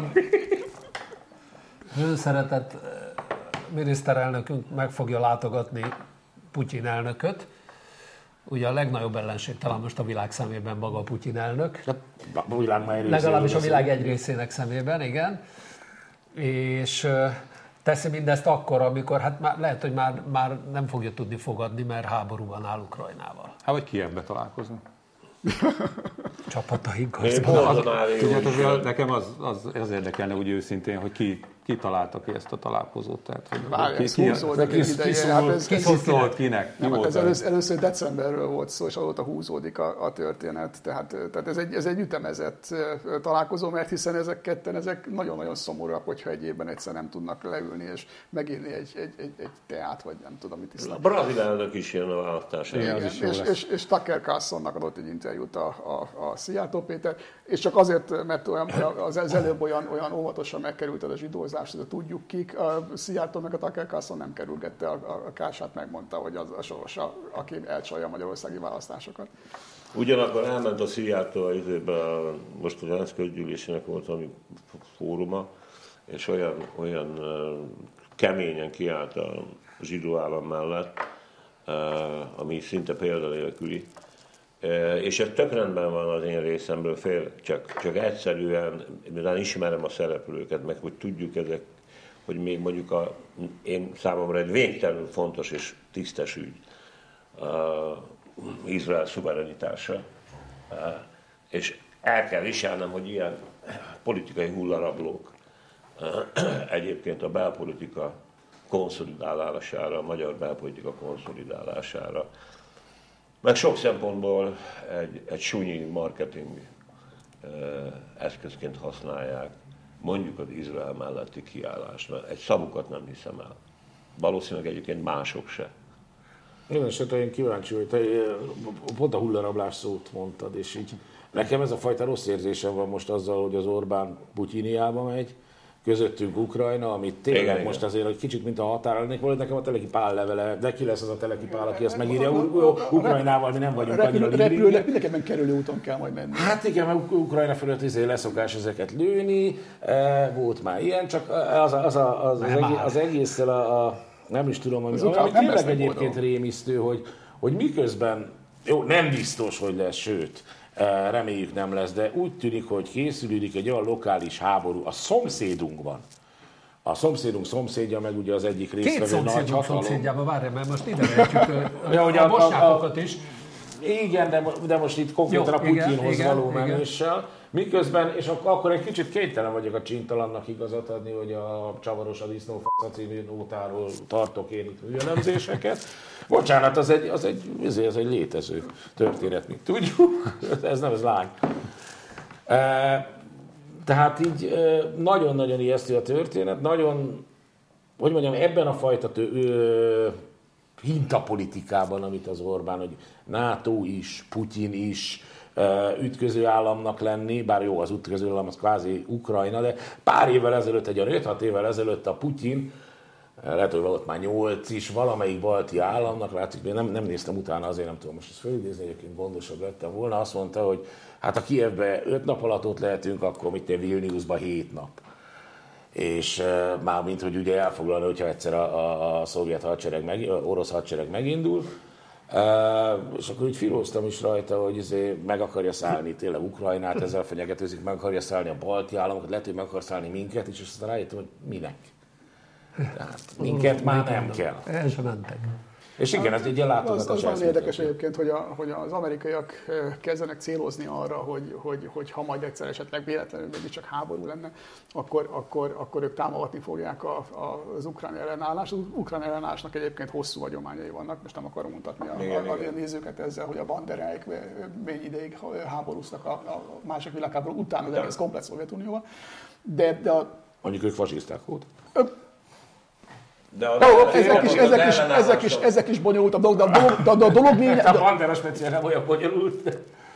hőszeretett miniszterelnökünk meg fogja látogatni Putyin elnököt. Ugye a legnagyobb ellenség talán most a világ szemében maga a Putyin elnök. A világ már Legalábbis a világ egy részének szemében, igen. És teszi mindezt akkor, amikor hát már, lehet, hogy már, már nem fogja tudni fogadni, mert háborúban áll Ukrajnával. Hát vagy Kijevbe találkozni. Csapatainkkal. Tudjátok, nekem az, az, az érdekelne úgy őszintén, hogy ki, ki találta ki ezt a találkozót. Tehát, hogy Várj, ki, ez ki, húzódik egy ideje. Hát ez, ki szólt kinek? Nem, hát ez először, először decemberről volt szó, és azóta húzódik a, a történet. Tehát, tehát ez, egy, ez egy ütemezett találkozó, mert hiszen ezek ketten ezek nagyon-nagyon szomorúak, hogyha egy évben egyszer nem tudnak leülni és megírni egy, egy, egy, egy teát, vagy nem tudom, mit isznak. A brazil elnök is jön a választás. Igen, és, és, és, és Tucker Carlsonnak adott egy interjút a, a, a Szijjártó Péter, és csak azért, mert olyan, az, az előbb olyan, olyan óvatosan megkerült a zsidózás, de tudjuk kik, a Szijjártó meg a Tucker Carlson nem kerülgette a, a, a Kását, megmondta, hogy az a sorsa, aki elcsalja a magyarországi választásokat. Ugyanakkor elment a Szijjártó az időben, most az ENSZ közgyűlésének volt valami fóruma, és olyan, olyan keményen kiállt a zsidó állam mellett, ami szinte példanélküli. És ez tök rendben van az én részemről, fél, csak, csak egyszerűen, mivel ismerem a szereplőket, meg hogy tudjuk ezek, hogy még mondjuk a, én számomra egy végtelenül fontos és tisztes ügy Izrael szuverenitása. És el kell viselnem, hogy ilyen politikai hullarablók egyébként a belpolitika konszolidálására, a magyar belpolitika konszolidálására, meg sok szempontból egy, egy súnyi marketing eszközként használják. mondjuk az Izrael melletti kiállást, mert egy szavukat nem hiszem el. Valószínűleg egyébként mások se. Én esetleg én kíváncsi, hogy te pont a hullarablás szót mondtad, és így nekem ez a fajta rossz érzésem van most azzal, hogy az Orbán Putyiniába megy, közöttünk Ukrajna, amit tényleg igen, most azért egy kicsit mint a határ lennék, volt nekem a Teleki Pál levele, de ki lesz az a Teleki Pál, aki azt megírja Ukrajnával, mi nem vagyunk annyira líbig. Repülőnek mindenképpen kerülő úton kell majd menni. Hát igen, mert Ukrajna fölött izé leszokás ezeket lőni, volt már ilyen, csak az, az, az, az, az, egész, az egészszel a, a nem is tudom, ami, ami tényleg egyébként rémisztő, hogy, hogy miközben, jó, nem biztos, hogy lesz, sőt, reméljük nem lesz, de úgy tűnik, hogy készülődik egy olyan lokális háború a szomszédunkban. A szomszédunk szomszédja meg ugye az egyik résztvevő nagy hatalom. Szomszédjában, várjál, mert most ide rejtjük ja, a, a bosnyákokat is. Igen, de, de most itt konkrétan a Putyinhoz való menéssel. Miközben, és akkor egy kicsit kénytelen vagyok a csintalannak igazat adni, hogy a Csavaros a disznó f***a című nótáról tartok én itt művelemzéseket. Bocsánat, az egy, az egy, az egy létező történet, mint tudjuk. Ez nem, ez lány. Tehát így nagyon-nagyon ijesztő a történet, nagyon, hogy mondjam, ebben a fajta tő, ö, hintapolitikában, amit az Orbán, hogy NATO is, Putyin is, ütköző államnak lenni, bár jó, az ütköző állam az kvázi Ukrajna, de pár évvel ezelőtt, egy olyan öt-hat évvel ezelőtt a Putyin, lehet, hogy volt már nyolc is, valamelyik balti államnak, látszik, én nem, nem néztem utána, azért nem tudom most ezt fölidézni, egyébként gondosabb lettem volna, azt mondta, hogy hát ha Kijevbe öt nap alatt ott lehetünk, akkor mit én Vilniusba hét nap. És uh, már mint hogy ugye elfoglalni, hogyha egyszer a, a, a szovjet hadsereg, meg, orosz hadsereg megindul, Uh, és akkor úgy filóztam is rajta, hogy izé meg akarja szállni tényleg Ukrajnát, ezzel fenyegetőzik, meg akarja szállni a balti államokat, lehet, hogy meg akar szállni minket, és aztán rájöttem, hogy minek. Tehát minket már nem kell. El sem mentek. És igen, ez egy ilyen látogatás. Az, az nagyon érdekes egyébként, hogy, a, hogy az amerikaiak kezdenek célozni arra, hogy, hogy, hogy ha majd egyszer esetleg véletlenül mégis csak háború lenne, akkor, akkor, akkor ők támogatni fogják a, a, az ukrán ellenállást. Az ukrán ellenállásnak egyébként hosszú hagyományai vannak, most nem akarom mutatni a, igen, a, a, a nézőket ezzel, hogy a banderáik mély ideig háborúztak a, a második világháború után az egész komplet Szovjetunióval. De, de a, mondjuk ők fasiszták volt. De a Jó, ezek, is, ezek, is, ezek, is, ezek is bonyolultabb dolgok, de a dolog, de a dolog lényeg... A Bandera speciál nem olyan bonyolult.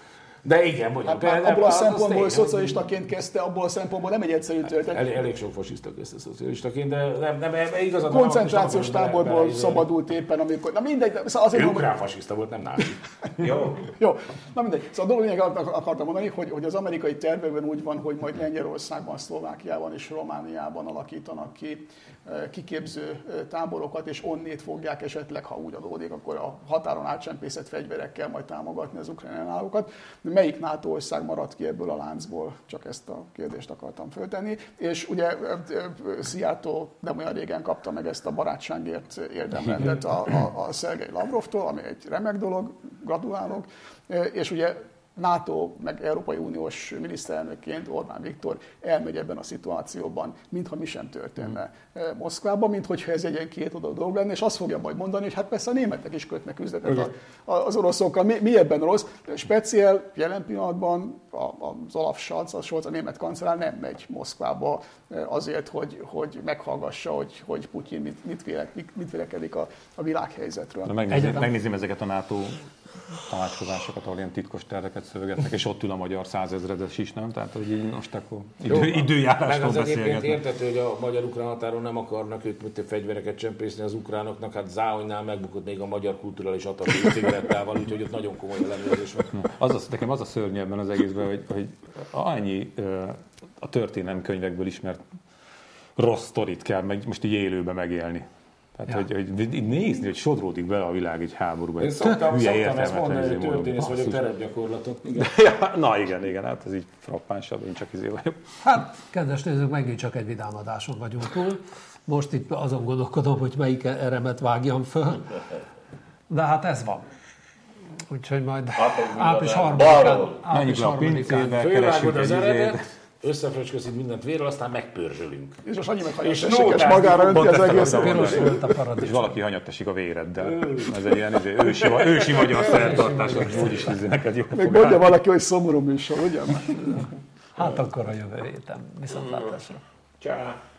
De igen, mondjuk. Hát abból a szempontból, hogy szocialistaként kezdte, abból a szempontból nem egy egyszerű történet. Elég, elég sok fasiszta kezdte szocialistaként, de nem, nem, nem igazad. Koncentrációs táborból szabadult éppen, amikor... Na mindegy, szóval azért... Ő ukrán fasiszta volt, nem náci. Jó. Jó, na mindegy. Szóval a dolog lényeg akartam mondani, hogy, hogy az amerikai tervekben úgy van, hogy majd Lengyelországban, Szlovákiában és Romániában alakítanak ki kiképző táborokat, és onnét fogják esetleg, ha úgy adódik, akkor a határon átcsempészett fegyverekkel majd támogatni az ukrán ellenállókat. Melyik NATO ország maradt ki ebből a láncból? Csak ezt a kérdést akartam föltenni. És ugye Szijjártó nem olyan régen kapta meg ezt a barátságért érdemrendet a, a, a Szergej Lavrovtól, ami egy remek dolog, gratulálok. És ugye NATO meg Európai Uniós miniszterelnökként Orbán Viktor elmegy ebben a szituációban, mintha mi sem történne Moszkvában, minthogyha ez egy ilyen kétoldalú dolog lenne, és azt fogja majd mondani, hogy hát persze a németek is kötnek üzletet az oroszokkal. Mi, mi ebben rossz? Speciál jelen pillanatban az Olaf Scholz, az Scholz, a német kancellár nem megy Moszkvába azért, hogy, hogy meghallgassa, hogy, hogy Putyin mit, mit, vélek, mit vélekedik a, a világhelyzetről. Megnézem, megnézem ezeket a NATO tanácskozásokat, ahol ilyen titkos terveket szövegetnek, és ott ül a magyar százezredes is, nem? Tehát, hogy így most akkor idő, időjárásról beszélgetnek. Meg az egyébként értető, hogy a magyar-ukrán határon nem akarnak ők mit fegyvereket csempészni az ukránoknak, hát Záhonynál megbukott még a magyar kulturális atatúr cigarettával, úgyhogy ott nagyon komoly ellenőrzés van. Az az, nekem az a szörny ebben az egészben, hogy, hogy annyi a történelmi könyvekből ismert rossz sztorit kell meg, most így élőben megélni. Tehát, ja. hogy, hogy nézni, hogy sodródik bele a világ egy háborúba. Én szoktam, szoktam ezt mondani, hogy történész vagyok terepgyakorlaton. Ja, na igen, igen, hát ez így frappánsabb, én csak izé vagyok. Hát, kedves nézők, megint csak egy vidám adáson vagyunk túl. Most itt azon gondolkodom, hogy melyik eremet vágjam föl. De hát ez van. Úgyhogy majd április harmadikán. Menjünk le a pincébe, keresünk egy izét. Összefröcsközünk mindent vérrel, aztán megpörzsölünk. És most annyi meghanyagtességes magára önti az egész. És valaki hanyattesik a véreddel. Ez egy ilyen izé, ősi, ősi magyar szertartás, hogy úgyis izé neked jó. Még mondja valaki, hogy szomorú műsor, ugye? Hát akkor a jövő héten. Viszontlátásra. Ciao.